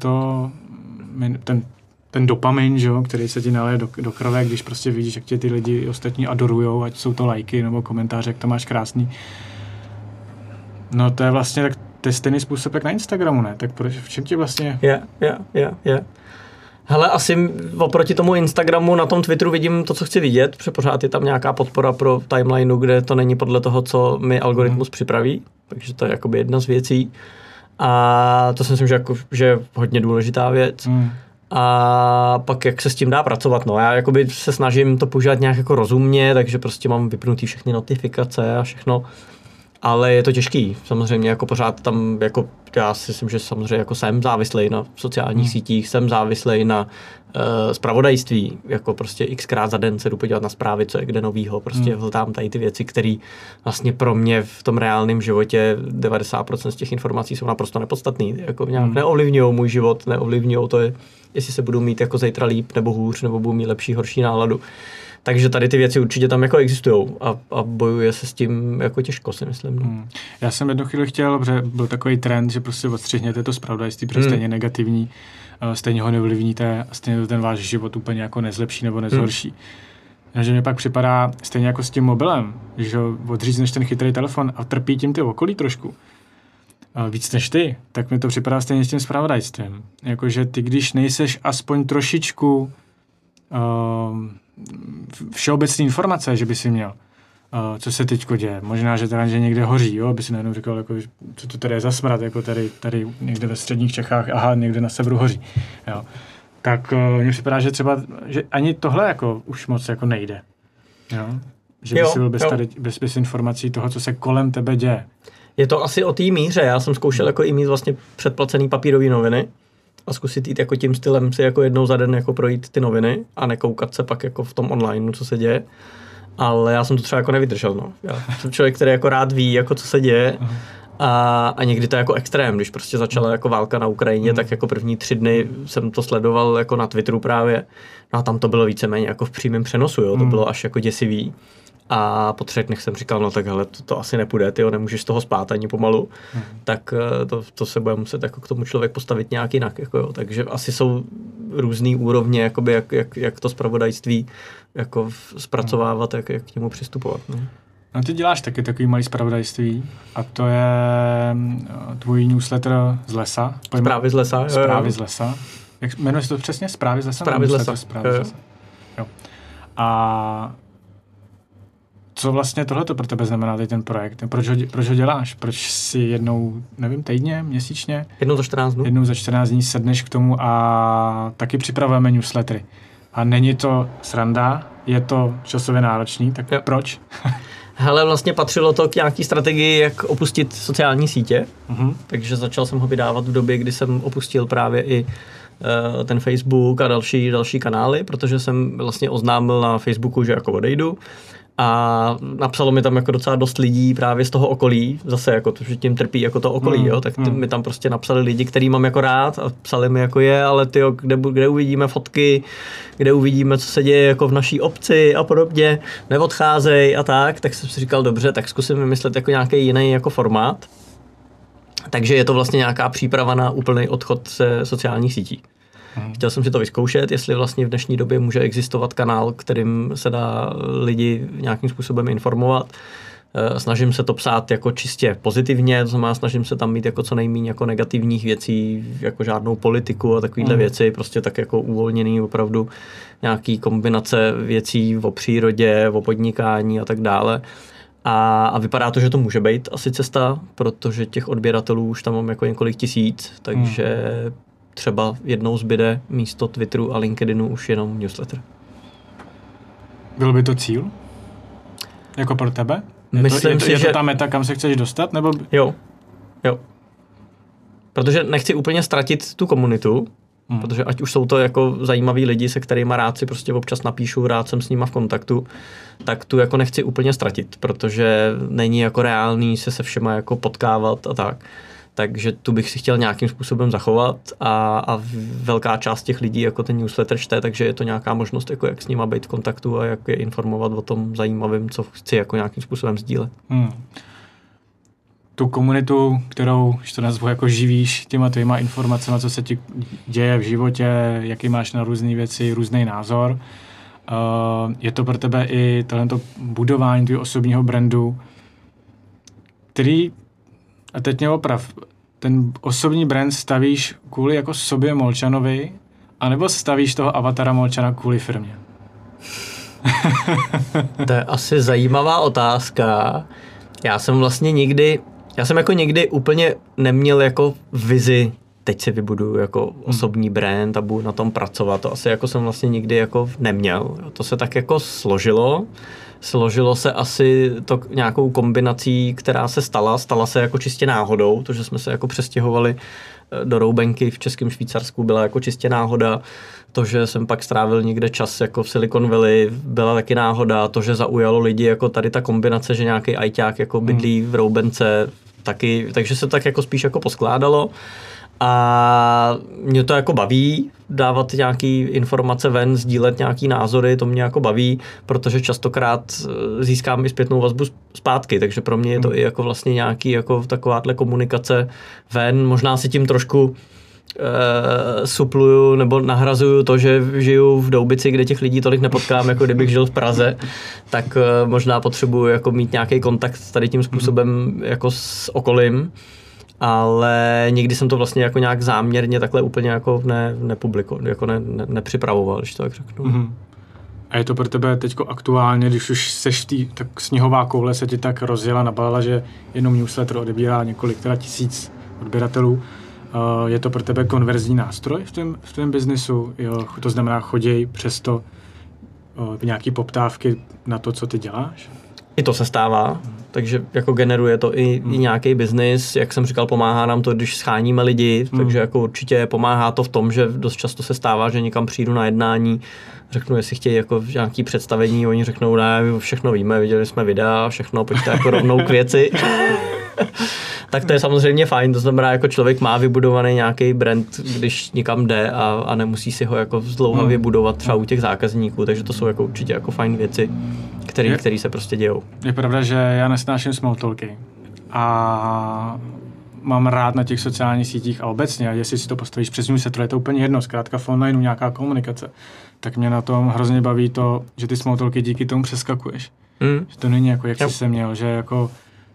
ten dopamin, že jo, který se ti naleje do krve, když prostě vidíš, jak tě ty lidi ostatní adorujou, ať jsou to lajky nebo komentáře, jak to máš krásný. No to je vlastně tak, to je stejný způsob jak na Instagramu, ne? Tak v čem ti vlastně... Je. Hele, asi oproti tomu Instagramu na tom Twitteru vidím to, co chci vidět, protože pořád je tam nějaká podpora pro timelineu, kde to není podle toho, co mi algoritmus připraví, takže to je jakoby jedna z věcí. A to si myslím, že je hodně důležitá věc. A pak jak se s tím dá pracovat, no já jakoby se snažím to používat nějak jako rozumně, takže prostě mám vypnutý všechny notifikace a všechno. Ale je to těžký, samozřejmě jako pořád tam, jako já si myslím, že samozřejmě jako jsem závislej na sociálních sítích, jsem závislej na zpravodajství, jako prostě xkrát za den se jdu podívat na zprávy, co je kde novýho, prostě hltám tady ty věci, které vlastně pro mě v tom reálném životě 90% z těch informací jsou naprosto nepodstatný, jako nějak neovlivňují můj život, neovlivňují to, jestli se budu mít jako zítra líp nebo hůř, nebo budu mít lepší, horší náladu. Takže tady ty věci určitě tam jako existujou a bojuje se s tím jako těžko, si myslím. Já jsem jednu chvíli chtěl, protože byl takový trend, že prostě odstřihněte to zpravodajství, protože stejně negativní, stejně ho neovlivníte a stejně to ten váš život úplně jako nezlepší nebo nezhorší. Že mi pak připadá stejně jako s tím mobilem, že odřízneš ten chytrý telefon a trpí tím ty okolí trošku. Víc než ty, tak mi to připadá stejně s tím zpravodajstvím. Jakože ty, když nejseš aspoň trošičku všeobecné informace, že by si měl, co se teďko děje. Možná, že teda někde hoří, jo, aby si najednou říkal, jako, co to tady je za smrad, jako tady někde ve středních Čechách, aha, někde na severu hoří. Jo. Tak mně připadá, že třeba, že ani tohle jako už moc jako nejde. Jo? Že by si byl bez informací toho, co se kolem tebe děje. Je to asi o té míře. Já jsem zkoušel jako i mít vlastně předplacený papírový noviny a zkusit jít jako tím stylem si jako jednou za den jako projít ty noviny a nekoukat se pak jako v tom online, co se děje. Ale já jsem to třeba jako nevydržel, no. Já jsem člověk, který jako rád ví, jako co se děje. A někdy to je jako extrém, když prostě začala jako válka na Ukrajině, tak jako první 3 dny jsem to sledoval jako na Twitteru právě. No a tam to bylo víceméně jako v přímém přenosu, jo. To bylo až jako děsivý. A po 3 dnech jsem říkal, no tak hele, to asi nepůjde, tyjo, nemůžeš z toho spát ani pomalu. Tak to se bude muset jako k tomu člověk postavit nějak jinak, jako jo. Takže asi jsou různý úrovně, jakoby jak to zpravodajství jako zpracovávat, jak k němu přistupovat. No. No ty děláš taky takový malý zpravodajství a to je tvůj newsletter z lesa. Zprávy z lesa. Zprávy z lesa. Jak jmenuje se to přesně? Zprávy z lesa? Zprávy z lesa. Zprávy z lesa. Jo. A co vlastně tohleto pro tebe znamená teď ten projekt? Proč ho děláš? Proč si jednou, nevím, týdně, měsíčně? Jednou za 14 dnů. Jednou za 14 dní sedneš k tomu a taky připravujeme newslettery. A není to sranda, je to časově náročný, tak proč? Hele, vlastně patřilo to k nějaký strategii, jak opustit sociální sítě, takže začal jsem ho vydávat v době, kdy jsem opustil právě i ten Facebook a další kanály, protože jsem vlastně oznámil na Facebooku, že jako odejdu. A napsalo mi tam jako docela dost lidí právě z toho okolí, zase jako to, že tím trpí jako to okolí, jo, tak mi tam prostě napsali lidi, který mám jako rád a psali mi jako ale tyjo, kde uvidíme fotky, kde uvidíme, co se děje jako v naší obci a podobně, neodcházej a tak jsem si říkal, dobře, tak zkusím vymyslet jako nějaký jiný jako formát. Takže je to vlastně nějaká příprava na úplný odchod ze sociálních sítí. Chtěl jsem si to vyzkoušet, jestli vlastně v dnešní době může existovat kanál, kterým se dá lidi nějakým způsobem informovat. Snažím se to psát jako čistě pozitivně, to znamená snažím se tam mít jako co nejméně jako negativních věcí, jako žádnou politiku a takovýhle věci, prostě tak jako uvolněný opravdu nějaký kombinace věcí o přírodě, o podnikání a tak dále. A vypadá to, že to může být asi cesta, protože těch odběratelů už tam mám jako několik tisíc, takže třeba jednou zbyde místo Twitteru a LinkedInu už jenom newsletter. Byl by to cíl? Jako pro tebe? Je to ta meta, kam se chceš dostat? Nebo... Jo. Protože nechci úplně ztratit tu komunitu, protože ať už jsou to jako zajímaví lidi, se kterýma rád si prostě občas napíšu, rád jsem s nima v kontaktu, tak tu jako nechci úplně ztratit, protože není jako reálný se všema jako potkávat a tak. Takže tu bych si chtěl nějakým způsobem zachovat a velká část těch lidí jako ten newsletter čte, takže je to nějaká možnost, jako jak s nima být v kontaktu a jak je informovat o tom zajímavém, co chci jako nějakým způsobem sdílet. Tu komunitu, kterou, když to nazvu, jako živíš těma tvýma informacemi, co se ti děje v životě, jaký máš na různé věci, různý názor. Je to pro tebe i tohleto budování tvého osobního brandu, který, a teď mě oprav, ten osobní brand stavíš kvůli jako sobě Molčanovi, anebo stavíš toho avatara Molčana kvůli firmě? To je asi zajímavá otázka. Já jsem jako nikdy úplně neměl jako vizi, teď si vybuduju jako osobní brand a budu na tom pracovat. To asi jako jsem vlastně nikdy jako neměl. To se tak jako složilo. Složilo se asi to nějakou kombinací, která se stala se jako čistě náhodou, to, že jsme se jako přestěhovali do Roubenky v Českém Švýcarsku, byla jako čistě náhoda. To, že jsem pak strávil někde čas jako v Silicon Valley, byla taky náhoda. To, že zaujalo lidi jako tady ta kombinace, že nějaký ajťák jako bydlí v Roubence, taky, takže se tak jako spíš jako poskládalo. A mě to jako baví dávat nějaký informace ven, sdílet nějaký názory, to mě jako baví, protože častokrát získám i zpětnou vazbu zpátky, takže pro mě je to i jako vlastně nějaký jako takováhle komunikace ven, možná si tím trošku supluju nebo nahrazuju to, že žiju v Doubici, kde těch lidí tolik nepotkám, jako kdybych žil v Praze, tak možná potřebuju jako mít nějaký kontakt tady tím způsobem jako s okolím. Ale nikdy jsem to vlastně jako nějak záměrně takhle úplně jako nepřipravoval, když to tak řeknu. A je to pro tebe teďko aktuálně, když už seš tak sněhová koule se ti tak rozjela, nabalila, že jenom newsletter odebírá několik tisíc odběratelů. Je to pro tebe konverzní nástroj v tvém biznesu? Jo, to znamená, choděj přesto nějaký poptávky na to, co ty děláš? I to se stává, takže jako generuje to i nějaký biznis, jak jsem říkal, pomáhá nám to, když scháníme lidi, takže jako určitě pomáhá to v tom, že dost často se stává, že někam přijdu na jednání, řeknu, jestli chtějí jako nějaký představení, oni řeknou, ne, všechno víme, viděli jsme videa, všechno, pojďte jako rovnou k věci. Tak to je samozřejmě fajn, to znamená, jako člověk má vybudovaný nějaký brand, když někam jde a nemusí si ho jako zdlouhavě budovat třeba u těch zákazníků, takže to jsou jako určitě jako fajn věci, které se prostě dějou. Je pravda, že já nesnáším small talky a mám rád na těch sociálních sítích a obecně, a jestli si to postavíš přes newsletter, je to úplně jedno, zkrátka v onlineu nějaká komunikace, tak mě na tom hrozně baví to, že ty small talky díky tomu přeskakuješ. Že to není jako, jak jsi se měl, že jako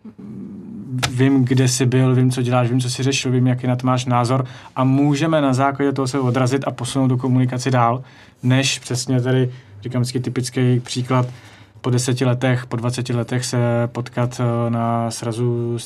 vím, kde jsi byl, vím, co děláš, vím, co jsi řešil, vím, jaký na to máš názor a můžeme na základě toho se odrazit a posunout tu komunikaci dál, než přesně tady, říkám vždycky typický příklad, po 10 letech, po 20 letech se potkat na srazu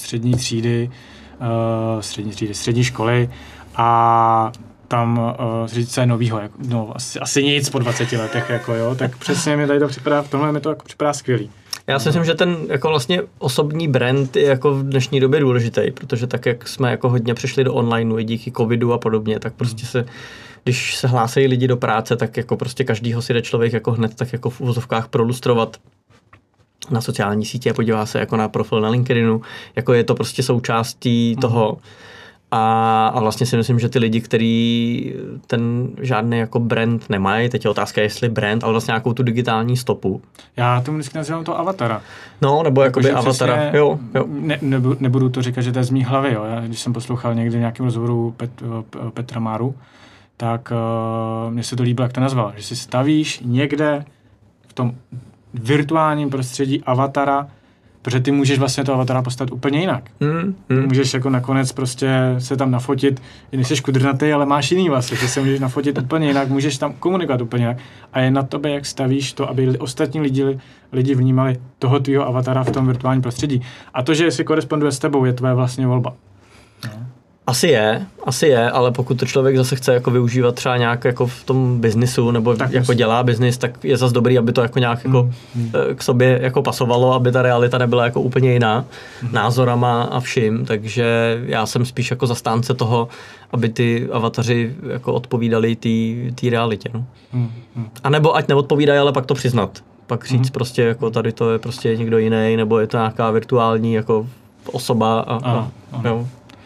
střední školy a tam říct, co je novýho, jako, no asi nic po 20 letech, jako jo, tak přesně mi tady to připadá, v tomhle mi to jako připadá skvělý. Já si myslím, že ten jako vlastně osobní brand je jako v dnešní době důležitý, protože tak, jak jsme jako hodně přešli do onlineu i díky covidu a podobně, tak prostě když se hlásejí lidi do práce, tak jako prostě každýho si jde člověk jako hned tak jako v uvozovkách prolustrovat na sociální sítě, podívá se jako na profil na LinkedInu, jako je to prostě součástí toho. A vlastně si myslím, že ty lidi, kteří ten žádný jako brand nemají, teď je otázka, jestli brand, ale vlastně nějakou tu digitální stopu. Já tomu vždycky nazývám to avatara. No, nebo jakoby avatara. Přesně, jo. Nebudu to říkat, že to je z mých hlavy. Jo. Já, když jsem poslouchal někdy v nějakém rozhovoru Petra Máru, tak mně se to líbilo, jak to nazval. Že si stavíš někde v tom virtuálním prostředí avatara, protože ty můžeš vlastně toho avatara postavit úplně jinak. Můžeš jako nakonec prostě se tam nafotit, i nejseš kudrnatý, ale máš jiný vlastně, ty se můžeš nafotit úplně jinak, můžeš tam komunikovat úplně jinak. A je na tobě, jak stavíš to, aby ostatní lidi vnímali toho tvýho avatara v tom virtuálním prostředí. A to, že jestli koresponduje s tebou, je tvoje vlastně volba. No. Asi je, ale pokud to člověk zase chce jako využívat třeba nějak jako v tom biznisu, nebo tak jako dělá biznis, tak je zase dobrý, aby to jako nějak jako k sobě jako pasovalo, aby ta realita nebyla jako úplně jiná názorama a vším, takže já jsem spíš jako zastánce toho, aby ty avataři jako odpovídali té realitě. No. A nebo ať neodpovídají, ale pak to přiznat. Pak říct prostě jako tady to je prostě někdo jiný, nebo je to nějaká virtuální jako osoba a jo.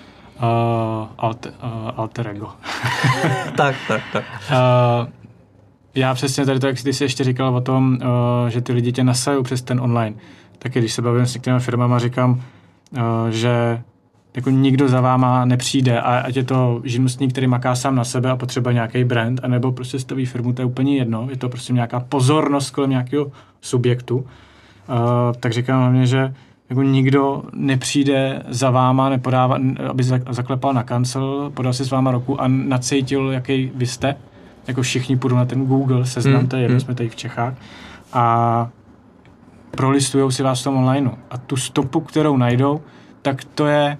Alter ego. tak. Já přesně tady to, jak jsi ještě říkal o tom, že ty lidi tě nasajou přes ten online. Taky když se bavím s některými firmama, říkám, že jako nikdo za váma nepřijde, a ať je to živnostník, který maká sám na sebe a potřebuje nějaký brand, anebo prostě staví firmu, to je úplně jedno. Je to prostě nějaká pozornost kolem nějakého subjektu. Tak říkám hlavně, že jako nikdo nepřijde za váma, nepodává, aby zaklepal na kancel, podal si s váma ruku a nacítil, jaký vy jste. Jako všichni půjdou na ten Google seznam, to je jedno, jsme tady v Čechách, a prolistujou si vás v tom onlineu. A tu stopu, kterou najdou, tak to je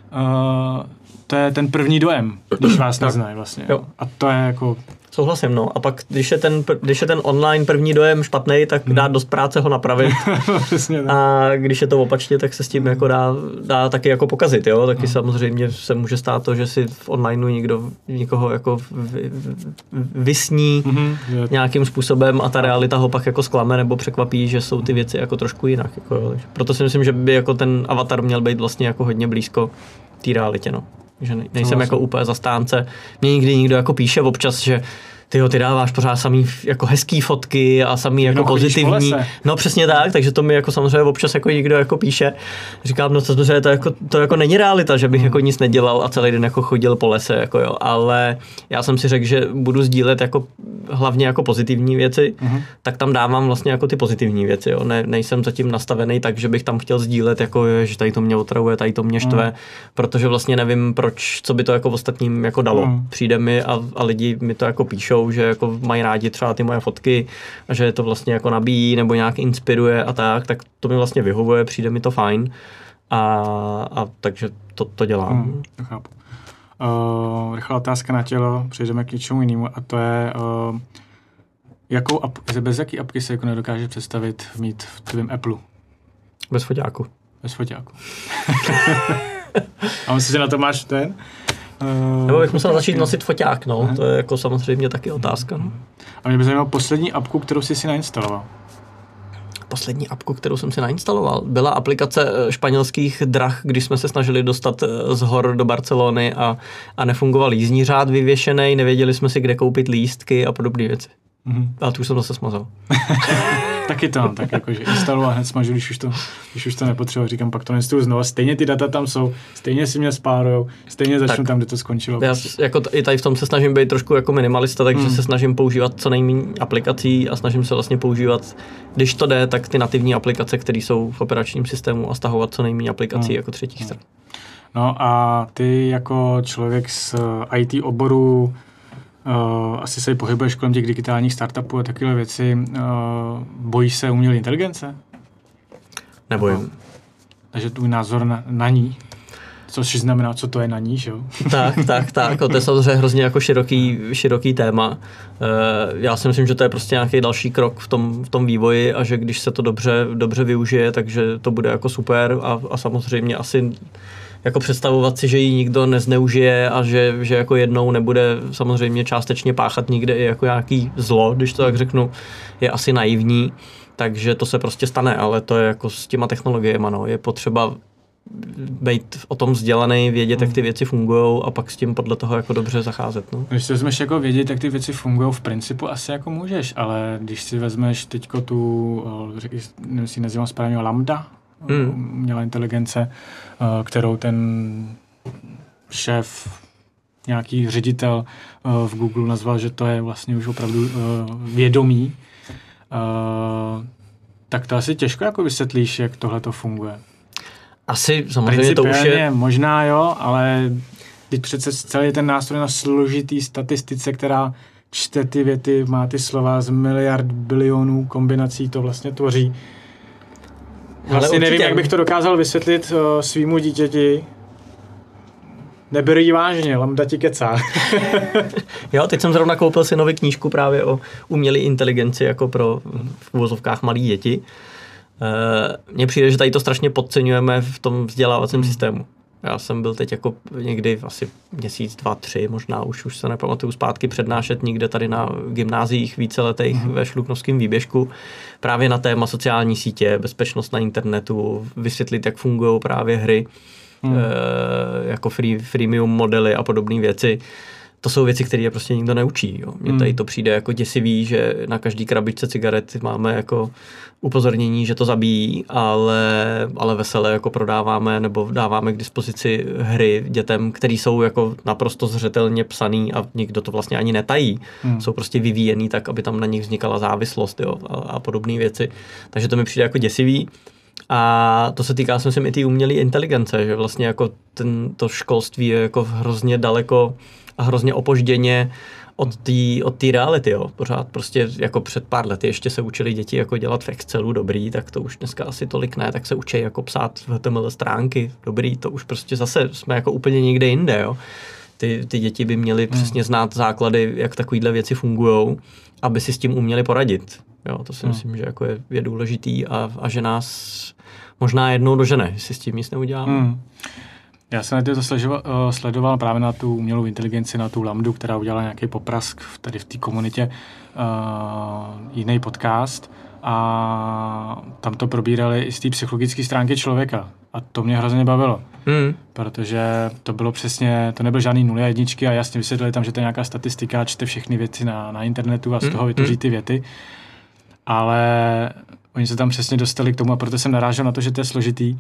ten první dojem, když vás neznají vlastně. Jo. A to je jako... Souhlasím, no. A pak, když je ten online první dojem špatný, tak dá dost práce ho napravit. A když je to opačně, tak se s tím jako dá taky jako pokazit, jo. Taky samozřejmě se může stát to, že si v onlineu někoho jako vysní nějakým způsobem a ta realita ho pak jako zklame nebo překvapí, že jsou ty věci jako trošku jinak. Jako, jo. Proto si myslím, že by jako ten avatar měl být vlastně jako hodně blízko té realitě, no. Že nejsem jako úplně zastánce. Mně někdy někdo jako píše občas, že ty dáváš pořád samý jako hezký fotky a samý jako pozitivní. No přesně tak, takže to mi jako samozřejmě občas jako někdo jako píše. Říkám, no to jako není realita, že bych jako nic nedělal a celý den jako chodil po lese, jako jo, ale já jsem si řekl, že budu sdílet jako hlavně jako pozitivní věci, tak tam dávám vlastně jako ty pozitivní věci, jo. Nejsem zatím nastavený tak, že bych tam chtěl sdílet jako, že tady to mě otravuje, tady to mě štve, protože vlastně nevím co by to jako ostatním jako dalo. Přijde mi a lidi mi to jako píšou, že jako mají rádi třeba ty moje fotky a že to vlastně jako nabíjí nebo nějak inspiruje a tak to mi vlastně vyhovuje, přijde mi to fajn a takže to dělám. To chápu. Rychlá otázka na tělo, přejdeme k něčemu jinému a to je bez jaký apky se jako nedokáže představit mít v tvém Apple? Bez foťáku. A myslím, že na to máš ten? Nebo bych musel začít nosit foťák, no. To je jako samozřejmě taky otázka. No. A mě by zajímalo poslední apku, kterou jsi si nainstaloval. Poslední apku, kterou jsem si nainstaloval, byla aplikace španělských drah, když jsme se snažili dostat z hor do Barcelony a nefungoval jízdní řád vyvěšený, nevěděli jsme si, kde koupit lístky a podobné věci. Ale tu už jsem zase smazal. Taky to mám tak, jakože instaluji a hned smažu, když už to nepotřebuji. Říkám, pak to neinstaluji znovu. Stejně ty data tam jsou, stejně si mě spárujou, stejně začnu tam, kde to skončilo. Já jako i tady v tom se snažím být trošku jako minimalista, takže se snažím používat co nejméně aplikací a snažím se vlastně používat, když to jde, tak ty nativní aplikace, které jsou v operačním systému a stahovat co nejméně aplikací jako třetích stran. No a ty jako člověk z IT oboru asi se pohybuješ kolem těch digitálních startupů a takové věci. Bojíš se umělé inteligence? Nebojím. Takže tvůj názor na ní? což znamená, co to je na ní, jo? Tak. To je samozřejmě hrozně jako široký téma. Já si myslím, že to je prostě nějaký další krok v tom vývoji a že když se to dobře využije, takže to bude jako super a samozřejmě asi jako představovat si, že ji nikdo nezneužije a že jako jednou nebude samozřejmě částečně páchat nikde i jako nějaký zlo, když to tak řeknu, je asi naivní, takže to se prostě stane, ale to je jako s těma technologiemi, no. Je potřeba být o tom vzdělaný, vědět, jak ty věci fungují a pak s tím podle toho jako dobře zacházet. No. Když si vezmeš jako vědět, jak ty věci fungují, v principu asi jako můžeš, ale když si vezmeš teďko tu, nevím, jestli nazývám správně Lambda, umělá inteligence, kterou ten šéf, nějaký ředitel v Google nazval, že to je vlastně už opravdu vědomí, tak to asi těžko jako vysvětlíš, jak tohle to funguje. Asi samozřejmě to už je... možná jo, ale teď přece celý ten nástroj na složitý statistice, která čte ty věty, má ty slova z miliard bilionů kombinací, to vlastně tvoří. Vlastně nevím, jak bych to dokázal vysvětlit svýmu dítěti. Neber jí vážně, Lambda ti kecá. Jo, teď jsem zrovna koupil synovi knížku právě o umělé inteligenci jako pro v uvozovkách malí děti. Mně přijde, že tady to strašně podceňujeme v tom vzdělávacím systému. Já jsem byl teď jako někdy asi měsíc, 2, 3, možná už se nepamatuju zpátky přednášet někde tady na gymnáziích víceletých ve Šluknovském výběžku právě na téma sociální sítě, bezpečnost na internetu, vysvětlit, jak fungují právě hry, jako freemium modely a podobné věci. To jsou věci, které prostě nikdo neučí. Jo. Mně tady to přijde jako děsivý, že na každý krabičce cigaret máme jako upozornění, že to zabíjí, ale veselé jako prodáváme nebo dáváme k dispozici hry dětem, které jsou jako naprosto zřetelně psaný a nikdo to vlastně ani netají. Jsou prostě vyvíjený tak, aby tam na nich vznikala závislost, jo, a podobné věci. Takže to mi přijde jako děsivý. A to se týká, si myslím, i té umělé inteligence, že vlastně jako to školství je jako hrozně daleko a hrozně opožděně od té reality, jo. Pořád prostě jako před pár lety ještě se učili děti jako dělat v Excelu dobrý, tak to už dneska asi tolik ne, tak se učí jako psát v HTML stránky dobrý, to už prostě zase jsme jako úplně někde jinde, jo. Ty děti by měly přesně znát základy, jak takovýhle věci fungujou, aby si s tím uměli poradit. Jo, to si myslím, že jako je důležitý a že nás možná jednou dožene, jestli s tím nic neuděláme. Já jsem to sledoval právě na tu umělou inteligenci, na tu Lambdu, která udělala nějaký poprask tady v té komunitě, jiný podcast a tam to probírali i z té psychologické stránky člověka a to mě hrozně bavilo, protože to bylo přesně, to nebyl žádný 0 a 1 a jasně vysvětlili tam, že to je nějaká statistika, čte všechny věci na internetu a z toho vytvoří ty věty, ale oni se tam přesně dostali k tomu a proto jsem narážel na to, že to je složitý.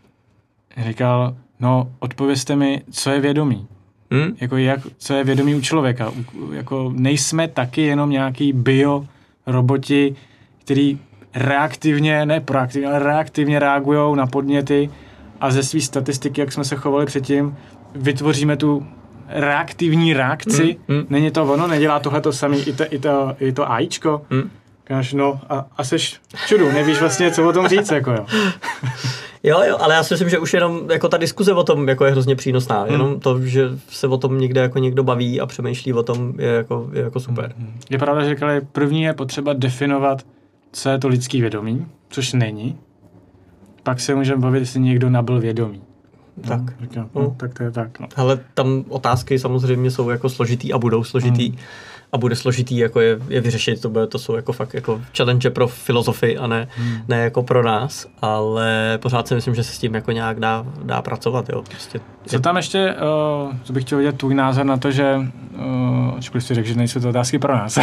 Říkal, no odpovězte mi, co je vědomí. Jako co je vědomí u člověka. Jako nejsme taky jenom nějaký bioroboti, který reaktivně, ne proaktivně, ale reaktivně reagují na podněty a ze svý statistiky, jak jsme se chovali předtím, vytvoříme tu reaktivní reakci. Není to ono, nedělá tohle to samý i to AIčko. Říkáš, no a seš čudu, nevíš vlastně, co o tom říct, jako jo. Jo, ale já si myslím, že už jenom jako ta diskuze o tom jako je hrozně přínosná. Jenom to, že se o tom někde jako někdo baví a přemýšlí o tom, je jako super. Je pravda, že říkali, první je potřeba definovat, co je to lidský vědomí, což není. Pak se můžeme bavit, jestli někdo nabyl vědomí. Tak. Tak to je tak. No. Ale tam otázky samozřejmě jsou jako složitý a budou složitý. A bude složitý jako je vyřešit, to jsou jako fakt jako challenge pro filozofy a ne jako pro nás, ale pořád si myslím, že se s tím jako nějak dá pracovat, jo. Prostě co tam ještě, co bych chtěl vidět tvůj názor na to, že ačkoliv si řekl, že nejsou to otázky pro nás.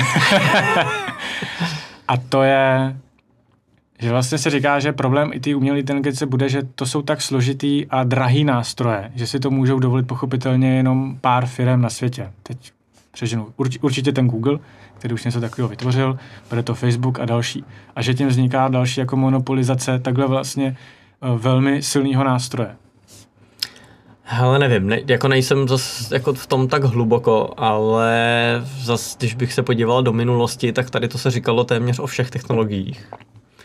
A to je, že vlastně se říká, že problém i té umělé inteligence bude, že to jsou tak složitý a drahý nástroje, že si to můžou dovolit pochopitelně jenom pár firem na světě. Teď přeženu. Určitě ten Google, který už něco takového vytvořil, bude to Facebook a další. A že tím vzniká další jako monopolizace takhle vlastně velmi silného nástroje. Hele, nevím, jako nejsem zas jako v tom tak hluboko, ale zas, když bych se podíval do minulosti, tak tady to se říkalo téměř o všech technologiích.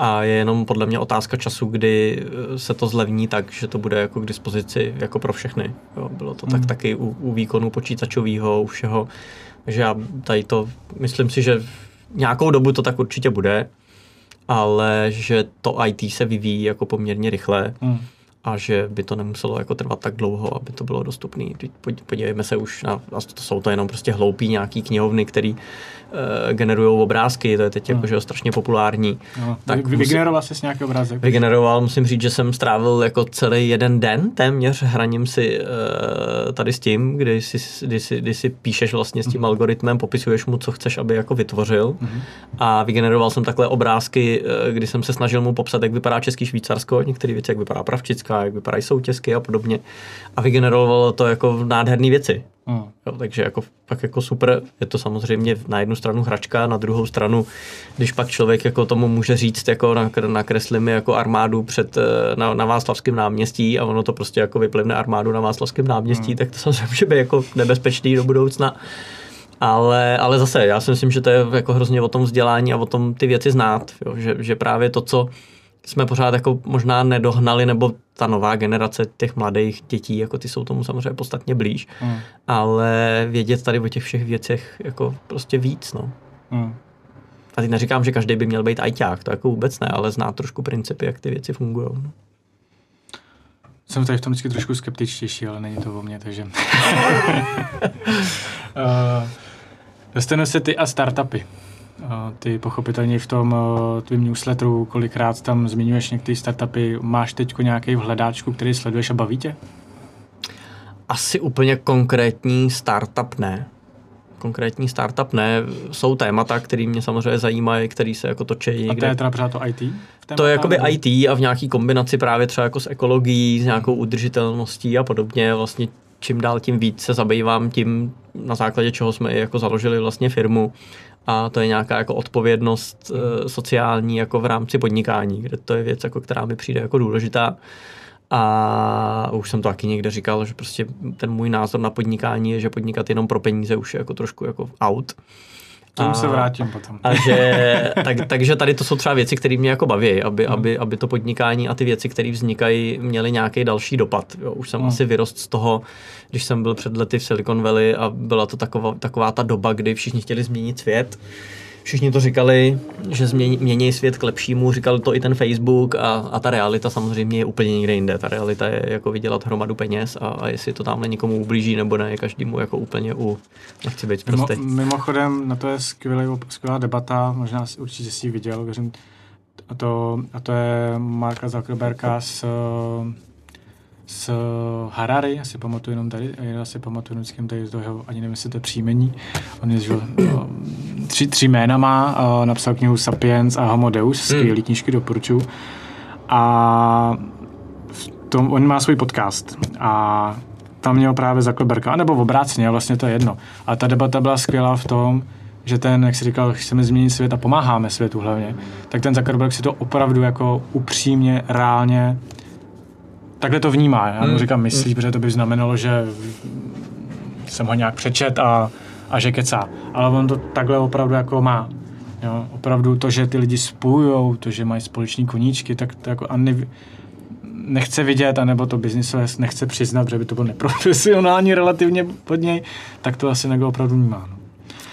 a je jenom podle mě otázka času, kdy se to zlevní tak, že to bude jako k dispozici jako pro všechny. Jo, bylo to tak taky u výkonu počítačového, u všeho. Takže já tady to, myslím si, že nějakou dobu to tak určitě bude, ale že to IT se vyvíjí jako poměrně rychle a že by to nemuselo jako trvat tak dlouho, aby to bylo dostupné. Podívejme se už na, to jsou to jenom prostě hloupý nějaký knihovny, který generují obrázky, to je teď jakože strašně populární. No, tak vygeneroval jsi nějaký obrázek? Vygeneroval, musím říct, že jsem strávil jako celý jeden den téměř hraním si tady s tím, kdy si píšeš vlastně s tím algoritmem, popisuješ mu, co chceš, aby jako vytvořil a vygeneroval jsem takhle obrázky, kdy jsem se snažil mu popsat, jak vypadá Český Švýcarsko, některé věci, jak vypadá Pravčická, jak vypadají soutězky a podobně a vygenerovalo to jako nádherné věci. Jo, takže jako, pak jako super, je to samozřejmě na jednu stranu hračka, na druhou stranu, když pak člověk jako tomu může říct, jako nakresli mi jako armádu na Václavském náměstí a ono to prostě jako vyplivne armádu na Václavském náměstí, tak to samozřejmě může být jako nebezpečný do budoucna. Ale zase, já si myslím, že to je jako hrozně o tom vzdělání a o tom ty věci znát, jo, že právě to, co jsme pořád jako možná nedohnali, nebo ta nová generace těch mladých dětí, jako ty jsou tomu samozřejmě podstatně blíž, ale vědět tady o těch všech věcech jako prostě víc, no. A teď neříkám, že každý by měl být ajťák, to jako vůbec ne, ale znát trošku principy, jak ty věci fungují. No. Jsem tady v tom vždycky trošku skeptičtější, ale není to o mně, takže... Dostanu se ty a startupy. Ty pochopitelně v tom tvým newsletteru kolikrát tam zmiňuješ některé startupy. Máš teďko nějaký v hledáčku, který sleduješ a baví tě? Asi úplně konkrétní startup ne. Jsou témata, které mě samozřejmě zajímají, které se jako točí někde. A to je teda pořád to IT? To je jakoby IT a v nějaký kombinaci právě třeba jako s ekologií, s nějakou udržitelností a podobně. Vlastně čím dál tím víc se zabývám tím, na základě čeho jsme jako založili vlastně firmu. A to je nějaká jako odpovědnost sociální jako v rámci podnikání, kde to je věc, jako, která mi přijde jako důležitá. A už jsem to taky někde říkal, že prostě ten můj názor na podnikání je, že podnikat jenom pro peníze už je jako trošku jako out. K tomu se vrátím potom. Takže tady to jsou třeba věci, které mě jako baví, aby to podnikání a ty věci, které vznikají, měly nějaký další dopad. Jo, už jsem asi vyrost z toho, když jsem byl před lety v Silicon Valley a byla to taková ta doba, kdy všichni chtěli změnit svět. Všichni to říkali, že mění svět k lepšímu, říkal to i ten Facebook a ta realita samozřejmě je úplně někde jinde. Ta realita je jako vydělat hromadu peněz a jestli to tamhle někomu ublíží nebo ne, každému jako úplně nechci být prostě. Mimochodem, na to je skvělá debata, možná určitě si ji viděl, věřím, a to je Marka Zuckerberga z Harari, já si pamatuju jenom tady, já si pamatuju vždycky tady z toho, ani nevím, jestli to je příjmení. On je, že tři jména má, napsal knihu Sapiens a Homo Deus, skvělý knížky, doporučuji. A on má svůj podcast a tam měl právě Zuckerberga, nebo obráceně, vlastně to je jedno. A ta debata byla skvělá v tom, že ten, jak jsi říkal, chceme změnit svět a pomáháme světu hlavně, tak ten Zuckerberg si to opravdu jako upřímně, reálně takhle to vnímá. Já mu říkám myslí, protože to by znamenalo, že jsem ho nějak přečet a že kecá. Ale on to takhle opravdu jako má. Jo? Opravdu to, že ty lidi spojujou, to, že mají společní koníčky, tak to jako nechce vidět, anebo to biznisové nechce přiznat, že by to bylo neprofesionální relativně pod něj, tak to asi někdo opravdu vnímá. No.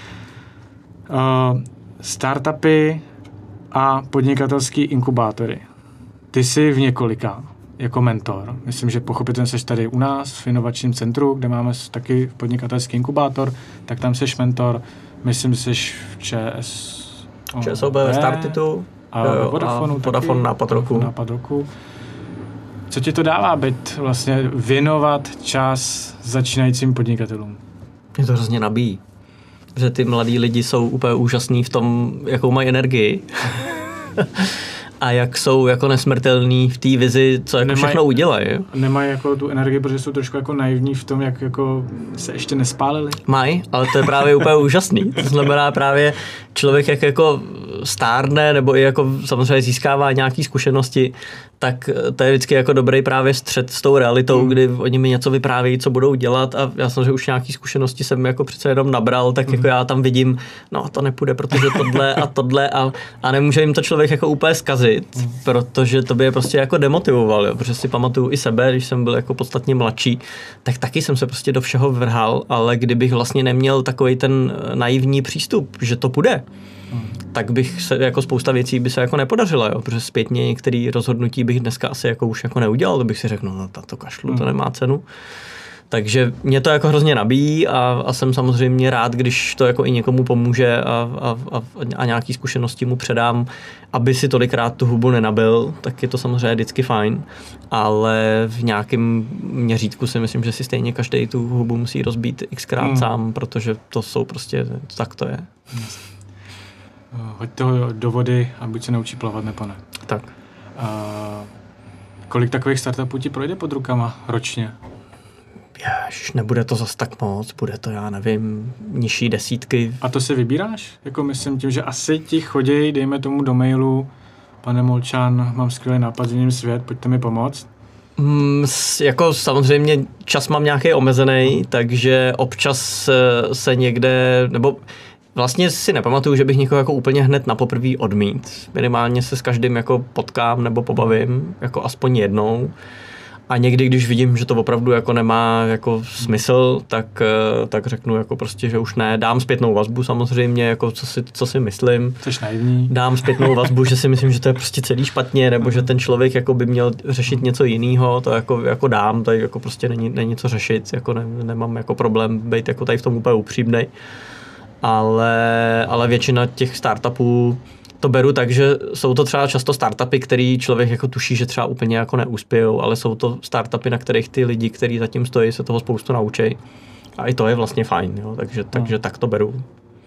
Startupy a podnikatelský inkubátory. Ty jsi v několika jako mentor. Myslím, že pochopitelně jsi tady u nás v inovačním centru, kde máme taky podnikatelský inkubátor, tak tam jsi mentor. Myslím, že jsi v ČSOB, Startitu a Vodafone nápad roku. Co ti to dává být vlastně věnovat čas začínajícím podnikatelům? Mě to hrozně nabíjí. Že ty mladí lidi jsou úplně úžasní v tom, jakou mají energii. A jak jsou jako nesmrtelní v té vizi, co jako všechno udělají. Nemají jako tu energii, protože jsou trošku jako naivní v tom, jak jako se ještě nespálili. Mají, ale to je právě úplně úžasný. To znamená právě člověk, jak jako stárne nebo i jako samozřejmě získává nějaký zkušenosti, tak to je vždycky jako dobrý právě střet s tou realitou, kdy oni mi něco vyprávějí, co budou dělat a já samozřejmě už nějaký zkušenosti jsem jako přece jenom nabral, tak jako já tam vidím, no to nepůjde, protože tohle a nemůže jim to člověk jako úplně zkazit, protože to by je prostě jako demotivoval, jo, protože si pamatuju i sebe, když jsem byl jako podstatně mladší, tak taky jsem se prostě do všeho vrhal, ale kdybych vlastně neměl takový ten naivní přístup, že to půjde, tak bych se jako spousta věcí by se jako nepodařila, jo, protože zpětně některé rozhodnutí bych dneska asi jako už jako neudělal, to bych si řekl, no to kašlu, to nemá cenu. Takže mě to jako hrozně nabíjí a jsem samozřejmě rád, když to jako i někomu pomůže a nějaký zkušenosti mu předám, aby si tolikrát tu hubu nenabil, tak je to samozřejmě vždycky fajn, ale v nějakém měřítku si myslím, že si stejně každý tu hubu musí rozbít xkrát sám, protože to jsou prostě, tak to je. Hoď to do vody a buď se naučí plavat, nebo ne. Tak. Kolik takových startupů ti projde pod rukama ročně? Ježiš, nebude to zas tak moc, bude to, já nevím, nižší desítky. A to si vybíráš? Jako myslím tím, že asi ti chodí, dejme tomu do mailu, pane Molčan, mám skvělý nápad, změním svět, pojďte mi pomoct. Jako samozřejmě čas mám nějaký omezený, takže občas se někde, nebo vlastně si nepamatuju, že bych někoho jako úplně hned na poprvé odmít. Minimálně se s každým jako potkám nebo pobavím, jako aspoň jednou. A někdy, když vidím, že to opravdu jako nemá jako smysl, tak řeknu jako prostě, že už ne. Dám zpětnou vazbu samozřejmě, jako co si myslím. Což naivní. Dám zpětnou vazbu, že si myslím, že to je prostě celý špatně, nebo že ten člověk jako by měl řešit něco jiného, to jako dám, tady jako prostě není co řešit, jako nemám jako problém být jako tady v tom úplně upřímnej. Ale většina těch startupů to beru tak, že jsou to třeba často startupy, který člověk jako tuší, že třeba úplně jako neuspějou, ale jsou to startupy, na kterých ty lidi, kteří zatím stojí, se toho spoustu naučí. A i to je vlastně fajn, jo? Takže tak to beru.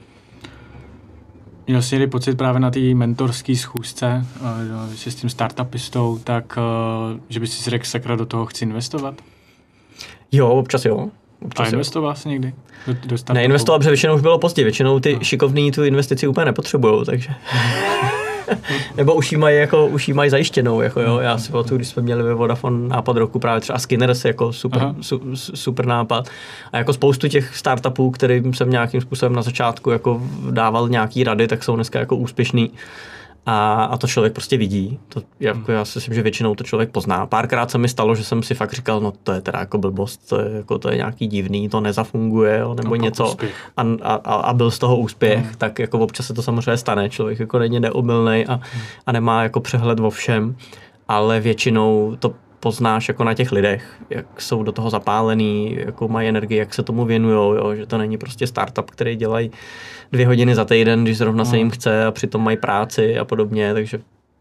Měl jsi někdy pocit právě na té mentorské schůzce, že s tím startupistou, tak že bys si řekl, sakra, do toho chci investovat? Jo, občas jo. A investoval jsi někdy? Neinvestoval, protože většinou už bylo pozdě. Většinou ty šikovní tu investici úplně nepotřebujou, takže... Nebo už jí mají zajištěnou, jako jo. Já si pamatuju, když jsme měli ve Vodafone nápad roku, právě třeba Skinners jako super nápad. A jako spoustu těch startupů, kterým jsem nějakým způsobem na začátku jako dával nějaký rady, tak jsou dneska jako úspěšný. A to člověk prostě vidí. To, jako já si myslím, že většinou to člověk pozná. Párkrát se mi stalo, že jsem si fakt říkal, no to je teda jako blbost, to je nějaký divný, to nezafunguje, jo, nebo něco. A byl z toho úspěch, tak jako občas se to samozřejmě stane. Člověk jako není neomylnej a nemá jako přehled o všem, ale většinou to poznáš jako na těch lidech, jak jsou do toho zapálený, jakou mají energii, jak se tomu věnujou, jo, že to není prostě startup, který dělají 2 hodiny za týden, když zrovna se jim chce a přitom mají práci a podobně, takže...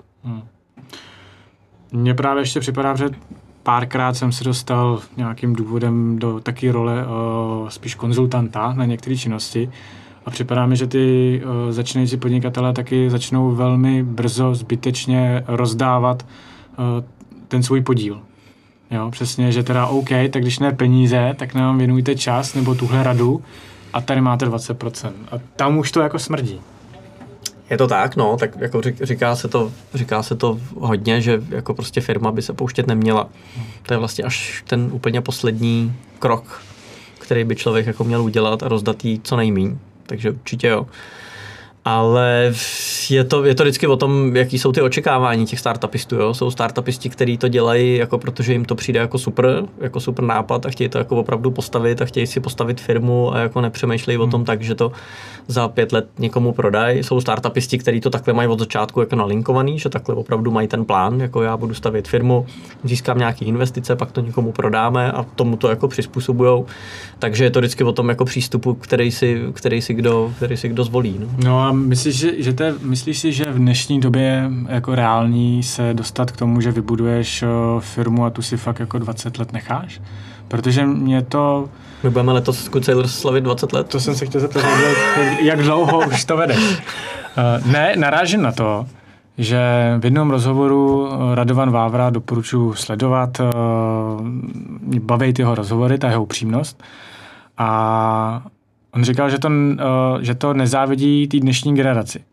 Mně právě ještě připadá, že párkrát jsem se dostal nějakým důvodem do taky role spíš konzultanta na některé činnosti a připadá mi, že ty začínající podnikatelé taky začnou velmi brzo zbytečně rozdávat ten svůj podíl. Jo, přesně, že teda OK, tak když ne peníze, tak nám věnujte čas nebo tuhle radu a tady máte 20%. A tam už to jako smrdí. Je to tak, no, tak jako říká se to hodně, že jako prostě firma by se pouštět neměla. To je vlastně až ten úplně poslední krok, který by člověk jako měl udělat a rozdat jí co nejmíň. Takže určitě jo. Ale je to vždycky o tom, jaký jsou ty očekávání těch startupistů. Jo? Jsou startupisti, kteří to dělají, jako protože jim to přijde jako super nápad a chtějí to jako opravdu postavit a chtějí si postavit firmu a jako nepřemýšlejí o tom tak, že to za 5 let někomu prodají. Jsou startupisti, kteří to takhle mají od začátku jako nalinkovaný, že takhle opravdu mají ten plán, jako já budu stavět firmu, získám nějaké investice, pak to někomu prodáme a tomu to jako přizpůsobujou. Takže je to vždycky o tom jako přístupu, který si kdo zvolí. No a myslíš si, že v dnešní době jako reální se dostat k tomu, že vybuduješ firmu a tu si fakt jako 20 let necháš? Protože mě to... My budeme letos Good Sailors slavit 20 let. To jsem se chtěl zeptat, jak dlouho už to vedeš. Ne, narážím na to, že v jednom rozhovoru Radovan Vávra doporučuji sledovat, baví ty jeho rozhovory, ta jeho upřímnost. A on říkal, že to nezávidí té dnešní generaci.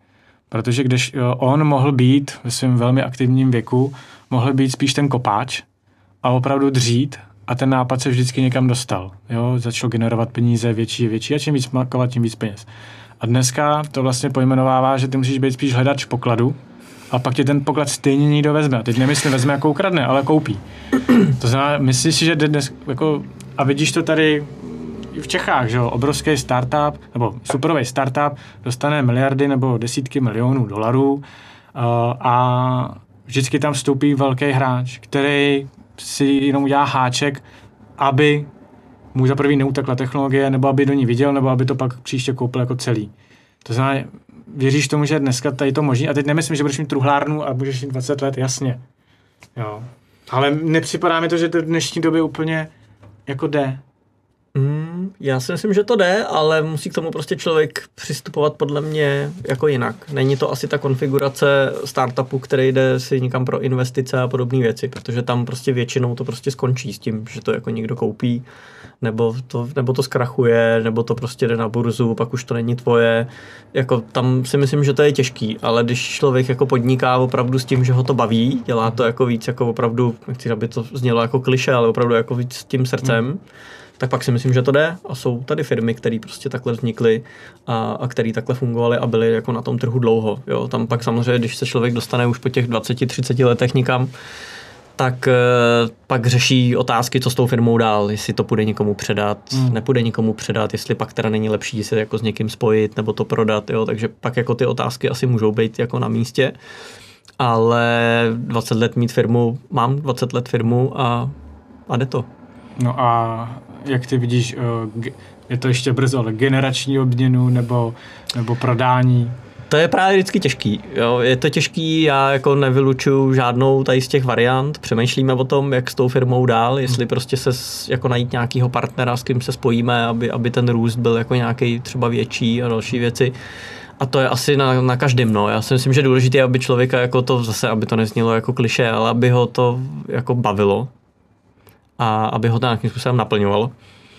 Protože když on mohl být ve svém velmi aktivním věku, mohl být spíš ten kopáč a opravdu dřít a ten nápad se vždycky někam dostal. Jo? Začal generovat peníze větší a čím víc makovat, tím víc peněz. A dneska to vlastně pojmenovává, že ty musíš být spíš hledač pokladu a pak tě ten poklad stejně někdo vezme. A teď nemyslím vezme jako ukradne, ale koupí. To znamená, myslíš si, že dnes, jako, a vidíš to tady v Čechách, že jo, obrovský startup, nebo superový startup dostane miliardy nebo desítky milionů dolarů a vždycky tam vstoupí velký hráč, který si jenom udělá háček, aby mu za prvý neutekla technologie, nebo aby do ní viděl, nebo aby to pak příště koupil jako celý. To znamená, věříš tomu, že dneska tady to možný? A teď nemyslím, že budeš mít truhlárnu a budeš mít 20 let, jasně. Jo. Ale nepřipadá mi to, že to v dnešní době úplně jako jde. Já si myslím, že to jde, ale musí k tomu prostě člověk přistupovat podle mě jako jinak. Není to asi ta konfigurace startupu, který jde si někam pro investice a podobné věci, protože tam prostě většinou to prostě skončí s tím, že to jako někdo koupí, nebo to zkrachuje, nebo to prostě jde na burzu, pak už to není tvoje. Jako tam si myslím, že to je těžký, ale když člověk jako podniká opravdu s tím, že ho to baví, dělá to jako víc jako opravdu, nechci, aby to znělo jako klišé, ale opravdu jako víc s tím srdcem, tak pak si myslím, že to jde a jsou tady firmy, které prostě takhle vznikly a které takhle fungovaly a byly jako na tom trhu dlouho. Jo. Tam pak samozřejmě, když se člověk dostane už po těch 20-30 letech nikam, tak pak řeší otázky, co s tou firmou dál, jestli to půjde někomu předat, nepůjde někomu předat, jestli pak teda není lepší se jako s někým spojit nebo to prodat, jo. Takže pak jako ty otázky asi můžou být jako na místě, ale 20 let mít firmu, mám 20 let firmu a jde to. No a jak ty vidíš, je to ještě brzo, ale generační obměnu nebo prodání? To je právě vždycky těžký. Jo. Je to těžký, já jako nevylučuju žádnou tady z těch variant. Přemýšlíme o tom, jak s tou firmou dál, jestli prostě se jako najít nějakého partnera, s kým se spojíme, aby ten růst byl jako nějaký třeba větší a další věci. A to je asi na každém, no. Já si myslím, že je důležité, aby člověka jako to zase, aby to neznělo jako klišé, ale aby ho to jako bavilo a aby ho to nějakým způsobem naplňovalo.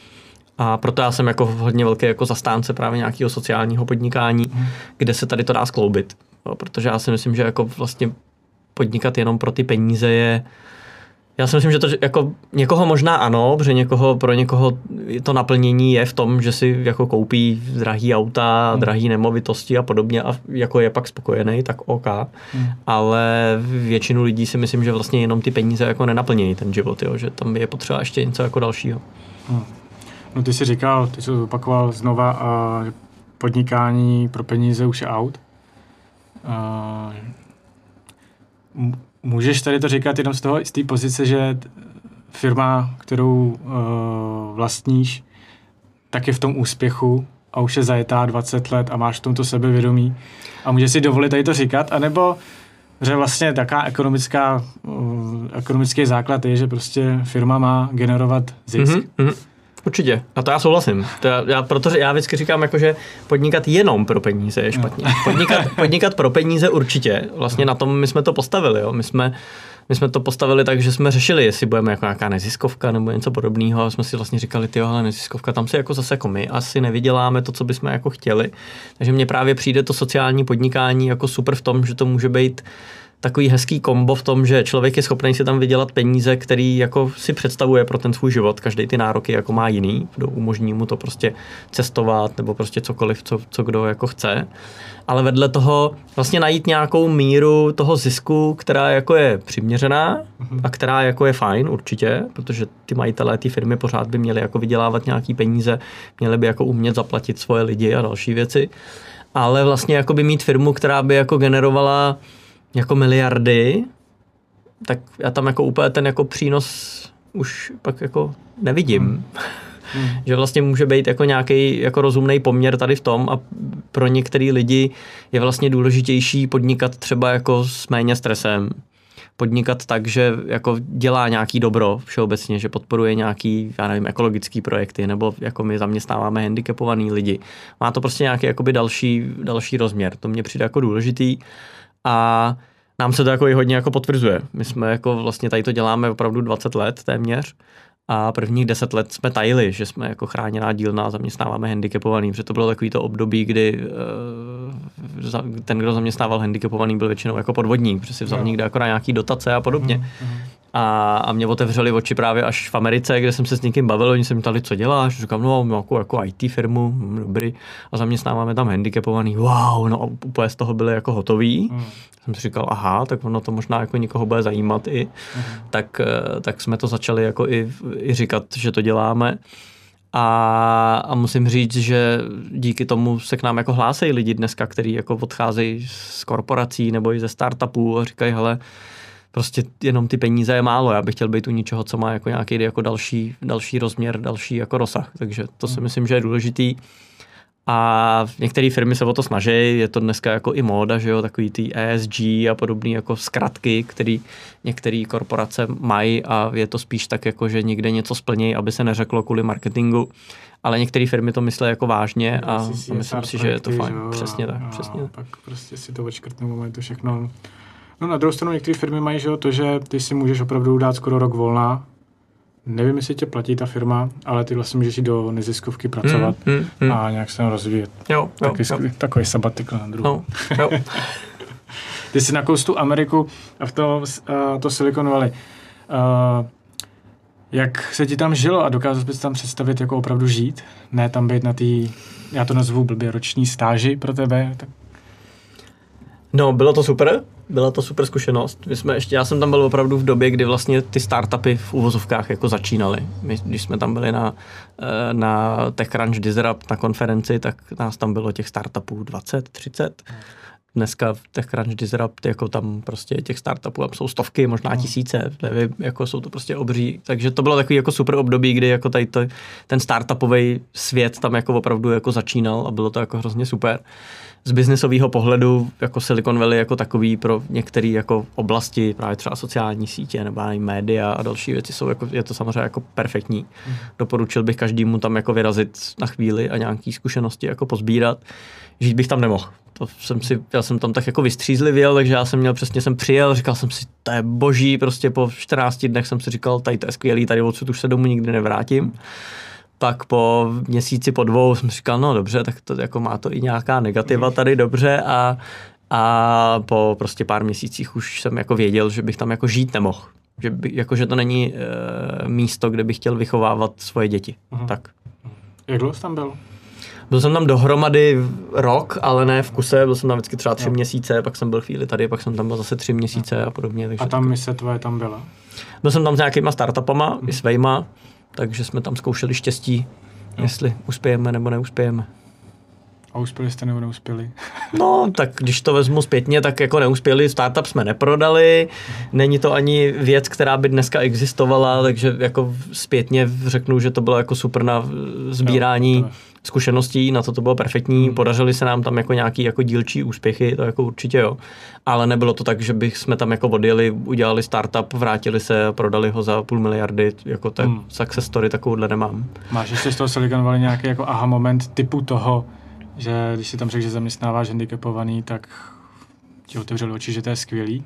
A proto já jsem jako hodně velký jako zastánce právě nějakého sociálního podnikání, kde se tady to dá skloubit. Jo, protože já si myslím, že jako vlastně podnikat jenom pro ty peníze je... Já si myslím, že to jako někoho možná ano, protože pro někoho to naplnění je v tom, že si jako koupí drahý auta, drahý nemovitosti a podobně a jako je pak spokojený, tak OK. Ale většinu lidí si myslím, že vlastně jenom ty peníze jako nenaplnějí ten život, jo, že tam je potřeba ještě něco jako dalšího. No ty jsi říkal, ty jsi to opakoval znova, podnikání pro peníze už je out. Můžeš tady to říkat jenom z té pozice, že firma, kterou vlastníš, tak je v tom úspěchu a už je zajetá 20 let a máš v tomto sebevědomí a můžeš si dovolit tady to říkat, anebo že vlastně taká ekonomický základ je, že prostě firma má generovat zisk. Určitě. A to já souhlasím. Protože já vždycky říkám, jako, že podnikat jenom pro peníze je špatně. Podnikat pro peníze určitě. Vlastně na tom my jsme to postavili. Jo. My jsme to postavili tak, že jsme řešili, jestli budeme jako nějaká neziskovka nebo něco podobného. A jsme si vlastně říkali, ale neziskovka, tam si jako zase jako my asi nevyděláme to, co bychom jako chtěli. Takže mně právě přijde to sociální podnikání jako super v tom, že to může být takový hezký kombo v tom, že člověk je schopný si tam vydělat peníze, který jako si představuje pro ten svůj život. Každý ty nároky jako má jiný, umožní mu to prostě cestovat nebo prostě cokoliv, co kdo jako chce. Ale vedle toho vlastně najít nějakou míru toho zisku, která jako je přiměřená a která jako je fajn určitě, protože ty majitelé té firmy pořád by měli jako vydělávat nějaký peníze, měli by jako umět zaplatit svoje lidi a další věci. Ale vlastně jako by mít firmu, která by jako generovala jako miliardy, tak já tam jako úplně ten jako přínos už pak jako nevidím. Že vlastně může být jako nějaký jako rozumný poměr tady v tom a pro některý lidi je vlastně důležitější podnikat třeba jako s méně stresem. Podnikat tak, že jako dělá nějaký dobro všeobecně, že podporuje nějaký, já nevím, ekologický projekty, nebo jako my zaměstnáváme handicapovaný lidi. Má to prostě nějaký jakoby další rozměr. To mně přijde jako důležitý. A nám se to jako i hodně jako potvrzuje. My jsme jako vlastně tady to děláme opravdu 20 let téměř a prvních 10 let jsme tajili, že jsme jako chráněná dílna a zaměstnáváme handicapovaný, protože to bylo takový to období, kdy ten, kdo zaměstnával handicapovaný, byl většinou jako podvodník, protože si vzal někde jako na nějaký dotace a podobně. A mě otevřeli oči právě až v Americe, kde jsem se s někým bavil, oni se mě ptali, co děláš, říkám, no jako IT firmu, dobrý, a zaměstnáváme tam handicapovaný, wow, no a úplně z toho byli jako hotoví. Jsem si říkal, aha, tak ono to možná jako někoho bude zajímat i, tak jsme to začali jako i říkat, že to děláme. A musím říct, že díky tomu se k nám jako hlásejí lidi dneska, kteří jako odcházejí z korporací nebo i ze startupů a říkají, hele, prostě jenom ty peníze je málo, já bych chtěl být u něčeho, co má jako nějaký jako další rozměr, další jako rozsah, takže to si myslím, že je důležitý. A některé firmy se o to snaží, je to dneska jako i móda, že jo, takový ty ESG a podobné jako zkratky, který některé korporace mají a je to spíš tak jako, že někde něco splní, aby se neřeklo kvůli marketingu, ale některé firmy to myslí jako vážně a myslím si, že je to fajn. Přesně tak, přesně. Pak prostě si to odškrtnou, mají to všechno. No na druhou stranu některé firmy mají, že jo, to, že ty si můžeš opravdu dát skoro rok volna. Nevím, jestli tě platí ta firma, ale ty vlastně můžeš jít do neziskovky pracovat a nějak se tam rozvíjet. Jo. Takový sabatikl na druhou. Jo. Ty jsi nakous tu Ameriku a v to Silicon Valley. Jak se ti tam žilo a dokázal bys tam představit, jako opravdu žít? Ne tam být na té, já to nazvu blbě, roční stáži pro tebe? Tak... No, bylo to super zkušenost. Já jsem tam byl opravdu v době, kdy vlastně ty startupy v uvozovkách jako začínaly. Když jsme tam byli na TechCrunch Disrupt na konferenci, tak nás tam bylo těch startupů 20, 30. Dneska v TechCrunch Disrupt jako tam prostě těch startupů jsou stovky, možná tisíce, nevím, jako jsou to prostě obří. Takže to bylo takový jako super období, kdy jako tady ten startupový svět tam jako opravdu jako začínal a bylo to jako hrozně super. Z biznesového pohledu jako Silicon Valley jako takový pro některé jako oblasti, právě třeba sociální sítě nebo média a další věci jsou jako, je to samozřejmě jako perfektní. Doporučil bych každému tam jako vyrazit na chvíli a nějaký zkušenosti jako pozbírat. Žít bych tam nemohl. Já jsem tam tak jako vystřízlivěl, takže jsem přijel, říkal jsem si, to je boží, prostě po 14 dnech jsem si říkal, tady to je skvělý, tady odsud už se domů nikdy nevrátím. Pak po měsíci, po 2 jsem říkal, no dobře, tak to jako má to i nějaká negativa tady, dobře, a po prostě pár měsících už jsem jako věděl, že bych tam jako žít nemohl. Že to není místo, kde bych chtěl vychovávat svoje děti. Tak. Jak dlouho jsi tam byl? Byl jsem tam dohromady rok, ale ne v kuse, byl jsem tam vždycky třeba 3 měsíce, pak jsem byl chvíli tady, pak jsem tam byl zase 3 měsíce a podobně. A tam mise tvoje tam byla? Byl jsem tam s nějakýma startupama, i svejma, takže jsme tam zkoušeli štěstí, jestli uspějeme nebo neuspějeme. A uspěli jste nebo neuspěli? No, tak když to vezmu zpětně, tak jako neuspěli, startup jsme neprodali, není to ani věc, která by dneska existovala, takže jako zpětně řeknu, že to bylo jako super na sbírání zkušeností, na to bylo perfektní, podařily se nám tam jako nějaký jako dílčí úspěchy, to jako určitě jo, ale nebylo to tak, že jsme tam jako odjeli, udělali startup, vrátili se a prodali ho za 500 000 jako tak success story takovouhle nemám. Máš ještě z toho Silicon Valley nějaký jako aha moment typu toho, že když si tam řekl, že zaměstnáváš handicapovaný, tak ti otevřeli oči, že to je skvělý?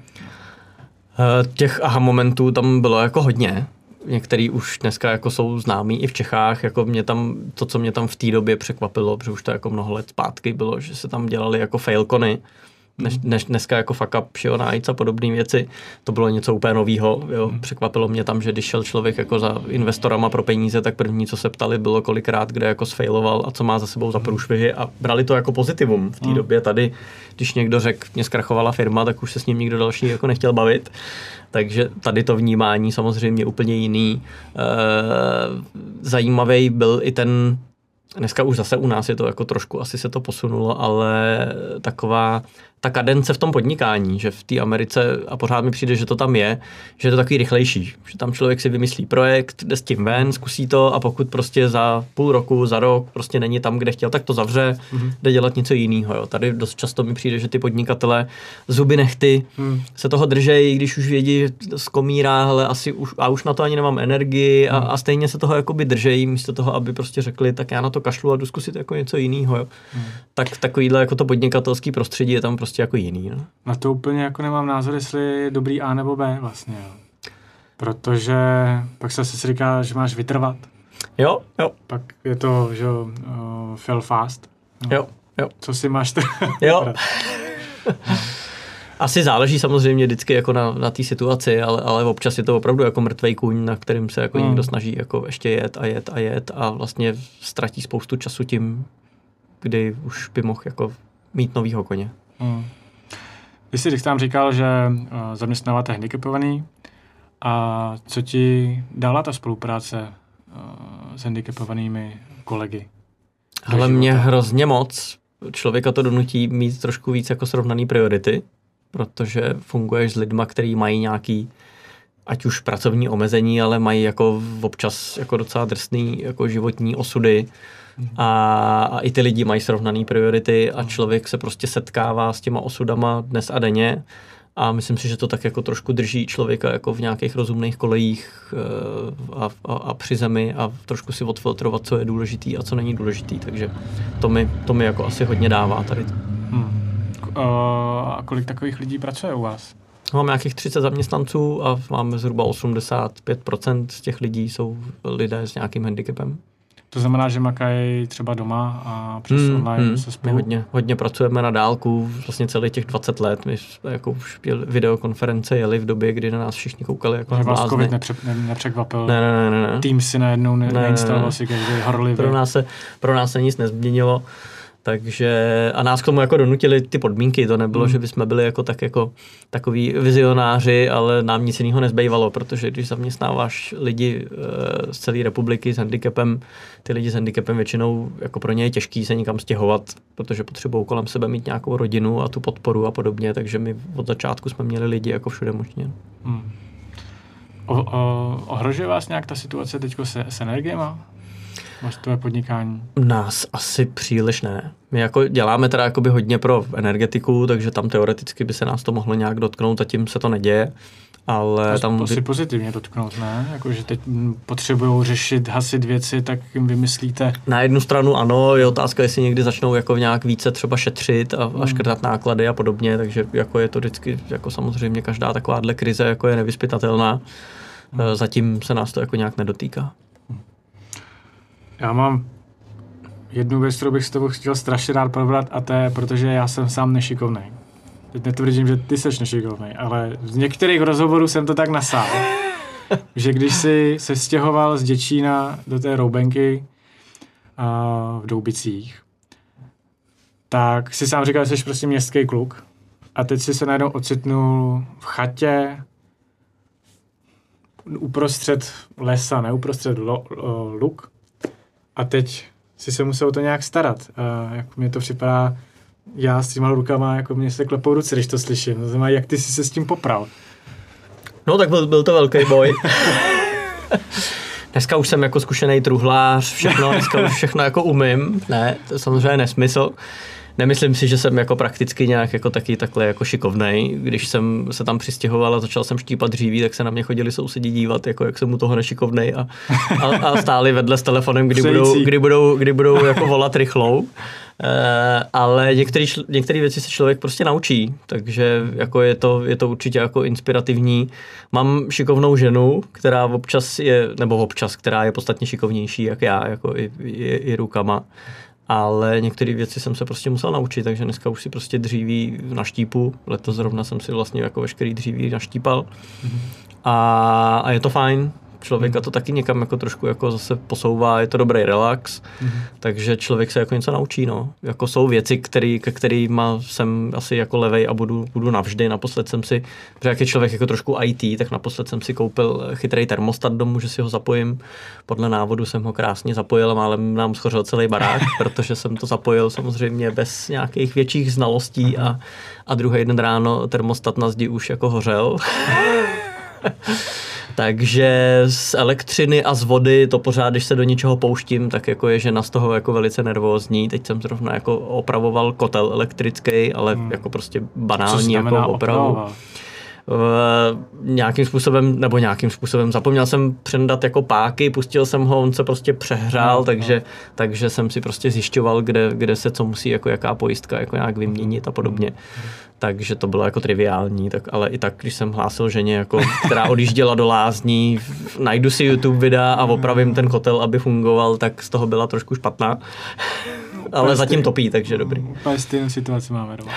Těch aha momentů tam bylo jako hodně. Některý už dneska jako jsou známí i v Čechách, jako co mě tam v té době překvapilo, protože už to jako mnoho let zpátky bylo, že se tam dělali jako failkony, než dneska jako fuck up, Shio Nights a podobné věci. To bylo něco úplně novýho. Překvapilo mě tam, že když šel člověk jako za investorama pro peníze, tak první, co se ptali, bylo kolikrát, kde jako sfailoval a co má za sebou za průšvihy a brali to jako pozitivum. V té době tady, když někdo řekl, mě zkrachovala firma, tak už se s ním nikdo další jako nechtěl bavit. Takže tady to vnímání samozřejmě úplně jiný. Zajímavý byl i ten, dneska už zase u nás je to jako trošku, asi se to posunulo, ale taková ta kadence v tom podnikání, že v té Americe, a pořád mi přijde, že to tam je, že je to takový rychlejší, že tam člověk si vymyslí projekt, jde s tím ven, zkusí to a pokud prostě za půl roku, za rok prostě není tam, kde chtěl, tak to zavře, jde dělat něco jiného. Jo. Tady dost často mi přijde, že ty podnikatelé zuby nechty se toho držejí, když už vědí z komíra, hele, asi už na to ani nemám energii a stejně se toho jakoby držejí, místo toho, aby prostě řekli, tak já na to kašlu a jdu zkusit jako něco jiného. Tak takovýhle jako to podnikatelský prostředí je tam prostě jako jiný. No. Na to úplně jako nemám názor, jestli je dobrý A nebo B vlastně. Jo. Protože pak se asi říká, že máš vytrvat. Jo. Pak je to, že fail fast. Jo. Jo. Co si máš Jo. Asi záleží samozřejmě vždycky jako na té situaci, ale občas je to opravdu jako mrtvej kůň, na kterým se jako někdo snaží jako ještě jet a vlastně ztratí spoustu času tím, kdy už by mohl jako mít novýho koně. Ty jsi tam říkal, že zaměstnáváte handicapovaný. A co ti dala ta spolupráce s handicapovanými kolegy? Ale mě hrozně moc. Člověka to donutí mít trošku víc jako srovnaný priority, protože funguješ s lidma, kteří mají nějaký, ať už pracovní omezení, ale mají jako občas jako docela drsný jako životní osudy. A i ty lidi mají srovnaný priority a člověk se prostě setkává s těma osudama dnes a denně. A myslím si, že to tak jako trošku drží člověka jako v nějakých rozumných kolejích a při zemi a trošku si odfiltrovat, co je důležitý a co není důležitý. Takže to mi jako asi hodně dává tady. A kolik takových lidí pracuje u vás? Máme nějakých 30 zaměstnanců a máme zhruba 85% z těch lidí jsou lidé s nějakým handicapem. To znamená, že makají třeba doma a přes online se spolu? My hodně pracujeme na dálku, vlastně celých těch 20 let. My jako už videokonference jeli v době, kdy na nás všichni koukali jako že vás COVID nepřekvapil? Ne. Tým si najednou neinstaloval si každý horlivý. Pro nás se nic nezměnilo. Takže a nás k tomu jako donutili ty podmínky, to nebylo, že bychom byli jako takový vizionáři, ale nám nic jiného nezbývalo, protože když zaměstnáváš lidi z celé republiky s handicapem, ty lidi s handicapem většinou jako pro ně je těžký se nikam stěhovat, protože potřebují kolem sebe mít nějakou rodinu a tu podporu a podobně, takže my od začátku jsme měli lidi jako všude možně. Ohrožuje vás nějak ta situace teďko s energiema? Máš tvoje podnikání? Nás asi příliš ne. My jako děláme teda jakoby hodně pro energetiku, takže tam teoreticky by se nás to mohlo nějak dotknout a tím se to neděje. Ale to si pozitivně dotknout, ne? Jako, že teď potřebujou řešit, hasit věci, tak jim vymyslíte. Na jednu stranu ano, je otázka, jestli někdy začnou jako nějak více třeba šetřit a škrtat náklady a podobně, takže jako je to vždycky, jako samozřejmě každá takováhle krize jako je nevyzpytatelná. Zatím se nás to jako nějak nedotýká. Já mám jednu věc, kterou bych s tebou chtěl strašně rád probrat, a to je, protože já jsem sám nešikovnej. Teď netvrdím, že ty seš nešikovnej, ale z některých rozhovorů jsem to tak nasál, že když jsi se stěhoval z Děčína do té Roubenky v Doubicích, tak si sám říkal, že jsi prostě městský kluk a teď si se najednou ocitnul v chatě uprostřed lesa, ne uprostřed luk. A teď si se musel o to nějak starat. Jak mně to připadá, já s těma rukama, jako mě se klepou ruce, když to slyším. To znamená, jak ty jsi se s tím popral? No tak byl to velký boj. Dneska už jsem jako zkušený truhlář, dneska už všechno jako umím. Ne, to je samozřejmě nesmysl. Nemyslím si, že jsem jako prakticky nějak jako taky takhle jako šikovnej. Když jsem se tam přistěhoval a začal jsem štípat dříví, tak se na mě chodili sousedi dívat, jako jak jsem u toho nešikovnej a stáli vedle s telefonem, kdy budou jako volat rychlou. Ale některé věci se člověk prostě naučí, takže jako je to určitě jako inspirativní. Mám šikovnou ženu, která která je podstatně šikovnější jak já, jako i rukama. Ale některé věci jsem se prostě musel naučit, takže dneska už si prostě dříví na štípu. Letos zrovna jsem si vlastně jako veškerý dříví naštípal. A je to fajn. Člověka to taky někam jako trošku jako zase posouvá, je to dobrý relax, takže člověk se jako něco naučí, no. Jako jsou věci, ke kterýma jsem asi jako levej a budu navždy. Naposled jsem si, protože jak je člověk jako trošku IT, tak naposled jsem si koupil chytrý termostat domů, že si ho zapojím. Podle návodu jsem ho krásně zapojil a málem nám schořel celý barák, protože jsem to zapojil samozřejmě bez nějakých větších znalostí a druhý den ráno termostat na zdi už jako hořel. Takže z elektřiny a z vody to pořád, když se do něčeho pouštím, tak jako je žena z toho jako velice nervózní. Teď jsem zrovna jako opravoval kotel elektrický, ale jako prostě banální jako opravu. Nějakým způsobem zapomněl jsem přendat jako páky, pustil jsem ho, on se prostě přehrál, takže jsem si prostě zjišťoval, kde se co musí, jako jaká pojistka jako nějak vyměnit a podobně. Takže to bylo jako triviální, ale i tak, když jsem hlásil ženě, jako, která odjížděla do lázní, najdu si YouTube videa a opravím ten kotel, aby fungoval, tak z toho byla trošku špatná. ale zatím topí, takže dobrý. Úplně stejnou situaci máme doma.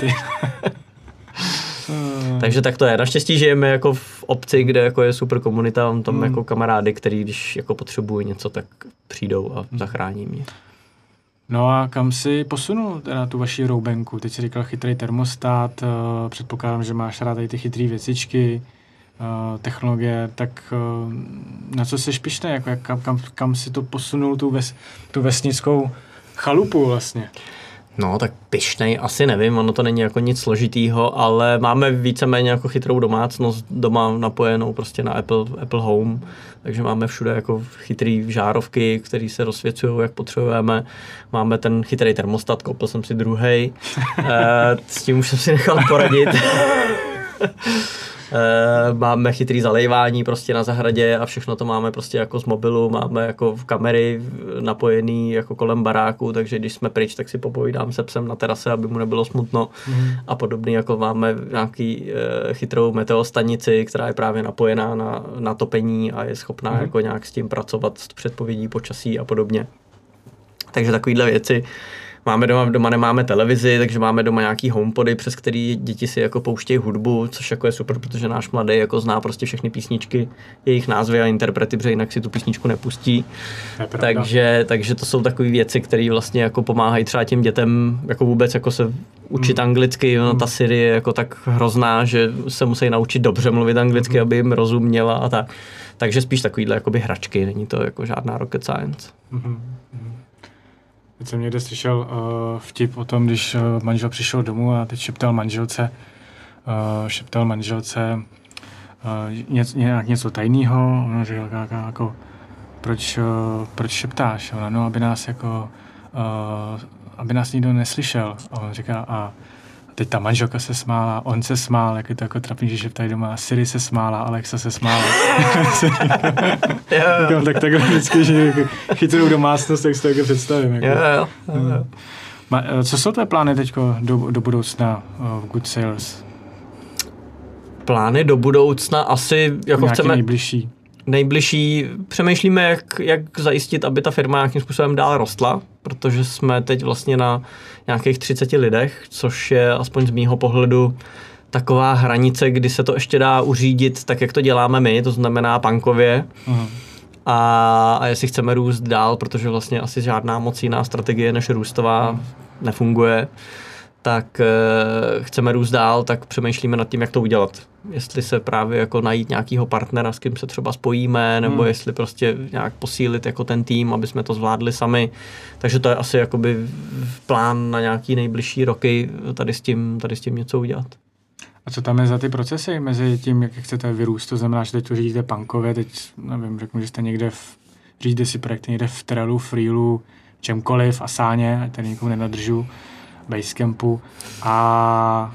Takže tak to je. Naštěstí žijeme jako v obci, kde jako je super komunita, mám tam jako kamarády, který když jako potřebují něco, tak přijdou a zachrání mě. No a kam si posunul teda tu vaši roubenku? Teď jsi říkal chytrý termostat, předpokládám, že máš rád tady ty chytrý věcičky, technologie, tak na co jsi pyšnej? Jako kam si to posunul tu vesnickou chalupu vlastně? No, tak pyšnej asi nevím, ono to není jako nic složitýho, ale máme víceméně jako chytrou domácnost doma napojenou prostě na Apple Home, takže máme všude jako chytrý žárovky, které se rozsvěcují, jak potřebujeme. Máme ten chytrý termostat, koupil jsem si druhej, s tím už jsem si nechal poradit. Máme chytrý zalejvání prostě na zahradě a všechno to máme prostě jako z mobilu, máme jako kamery napojený jako kolem baráku, takže když jsme pryč, tak si popovídám se psem na terase, aby mu nebylo smutno a podobně, jako máme nějaký chytrou meteostanici, která je právě napojená na topení a je schopná jako nějak s tím pracovat, s předpovědí počasí a podobně. Takže takovýhle věci. Máme doma nemáme televizi, takže máme doma nějaký homepody, přes který děti si jako pouštějí hudbu, což jako je super, protože náš mladý jako zná prostě všechny písničky, jejich názvy a interprety, protože jinak si tu písničku nepustí. Takže to jsou takové věci, které vlastně jako pomáhají třeba těm dětem jako vůbec jako se učit anglicky. No, ta Siri je jako tak hrozná, že se musí naučit dobře mluvit anglicky, aby jim rozuměla a tak. Takže spíš takovýhle jakoby hračky, není to jako žádná rocket science. Teď jsem někde slyšel vtip o tom, když manžel přišel domů a teď šeptal manželce něco tajného. Ona říkala, jako, proč šeptáš? Ona, no, aby nás nikdo neslyšel. A on říká, a teď ta manželka se smála, on se smál, jak je to jako trapný, že šeptají doma. Siri se smála, Alexa se smála. Tak takhle vždycky, že chytrou domácnost, tak si to jako představím. Jako. Co jsou tvé plány teďko do budoucna v Good Sales? Plány do budoucna asi jako nějaký chceme... Nejbližší. Přemýšlíme, jak zajistit, aby ta firma nějakým způsobem dál rostla, protože jsme teď vlastně na nějakých 30 lidech, což je aspoň z mýho pohledu taková hranice, kdy se to ještě dá uřídit tak, jak to děláme my, to znamená punkově. A jestli chceme růst dál, protože vlastně asi žádná moc jiná strategie než růstová nefunguje, tak chceme růst dál, tak přemýšlíme nad tím, jak to udělat. Jestli se právě jako najít nějakého partnera, s kým se třeba spojíme, nebo jestli prostě nějak posílit jako ten tým, aby jsme to zvládli sami. Takže to je asi jakoby plán na nějaký nejbližší roky tady s tím něco udělat. A co tam je za ty procesy mezi tím, jak chcete vyrůst? To znamená, že teď to řídíte punkově, teď nevím, řeknu, že jste někde řídíte si projekty někde v Trellu, Freelu, čemkoliv, Asáně, ať tady nikomu nenadržu, Basecampu, a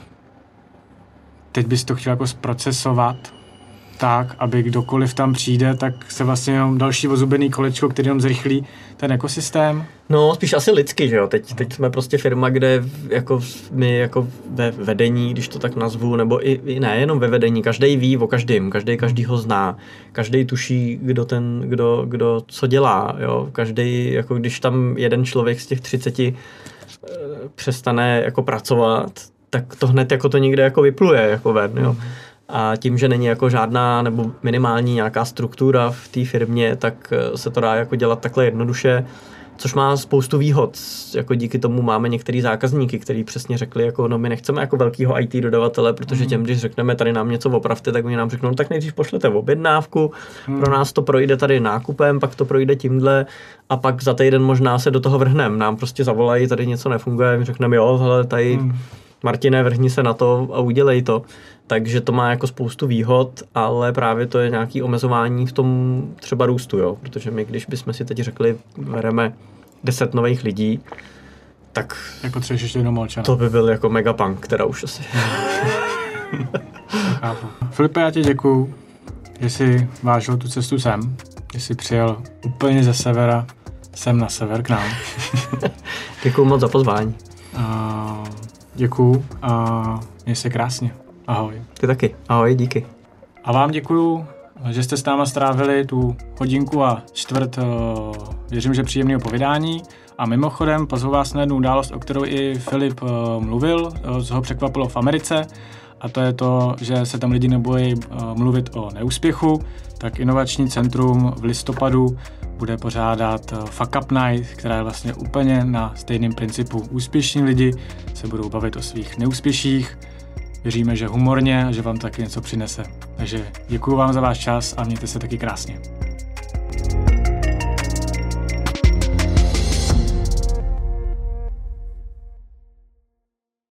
teď bys to chtěl jako zprocesovat tak, aby kdokoliv tam přijde, tak se vlastně jenom další ozubený kolečko, který jenom zrychlí ten ekosystém. No, spíš asi lidsky, že jo. Teď jsme prostě firma, kde jako my jako ve vedení, když to tak nazvu, nebo i ne, jenom ve vedení, každý ví o každém, každý ho zná, každý tuší, kdo co dělá, jo. Každý, jako když tam jeden člověk z těch 30 přestane jako pracovat, tak to hned jako to někde jako vypluje jako ven, jo. A tím, že není jako žádná nebo minimální nějaká struktura v té firmě, tak se to dá jako dělat takhle jednoduše, což má spoustu výhod. Jako díky tomu máme některý zákazníky, kteří přesně řekli, jako no my nechceme jako velkýho IT dodavatele, protože těm, když řekneme tady nám něco opravte, tak oni nám řeknou, no tak nejdřív pošlete objednávku, pro nás to projde tady nákupem, pak to projde tímhle a pak za týden možná se do toho vrhneme. Nám prostě zavolají, tady něco nefunguje, my řekneme jo, hele, tady Martine, vrhni se na to a udělej to. Takže to má jako spoustu výhod, ale právě to je nějaký omezování v tom třeba růstu, jo. Protože my, když bychom si teď řekli, bereme 10 nových lidí, tak potřebuješ ještě jednou Molčana. To by byl jako megapunk, která už asi. Filipe, já ti děkuju, že jsi vážil tu cestu sem, že jsi přijel úplně ze severa sem na sever k nám. Děkuju moc za pozvání. Děkuju a měj se krásně. Ahoj. Ty taky. Ahoj, díky. A vám děkuju, že jste s náma strávili tu hodinku a čtvrt, věřím, že příjemného povídání. A mimochodem pozvu vás na jednu událost, o kterou i Filip mluvil, co ho překvapilo v Americe, a to je to, že se tam lidi nebojí mluvit o neúspěchu, tak Inovační centrum v listopadu bude pořádat Fuck Up Night, která je vlastně úplně na stejném principu. Úspěšní lidi se budou bavit o svých neúspěších. Věříme, že humorně a že vám taky něco přinese. Takže děkuji vám za váš čas a mějte se taky krásně.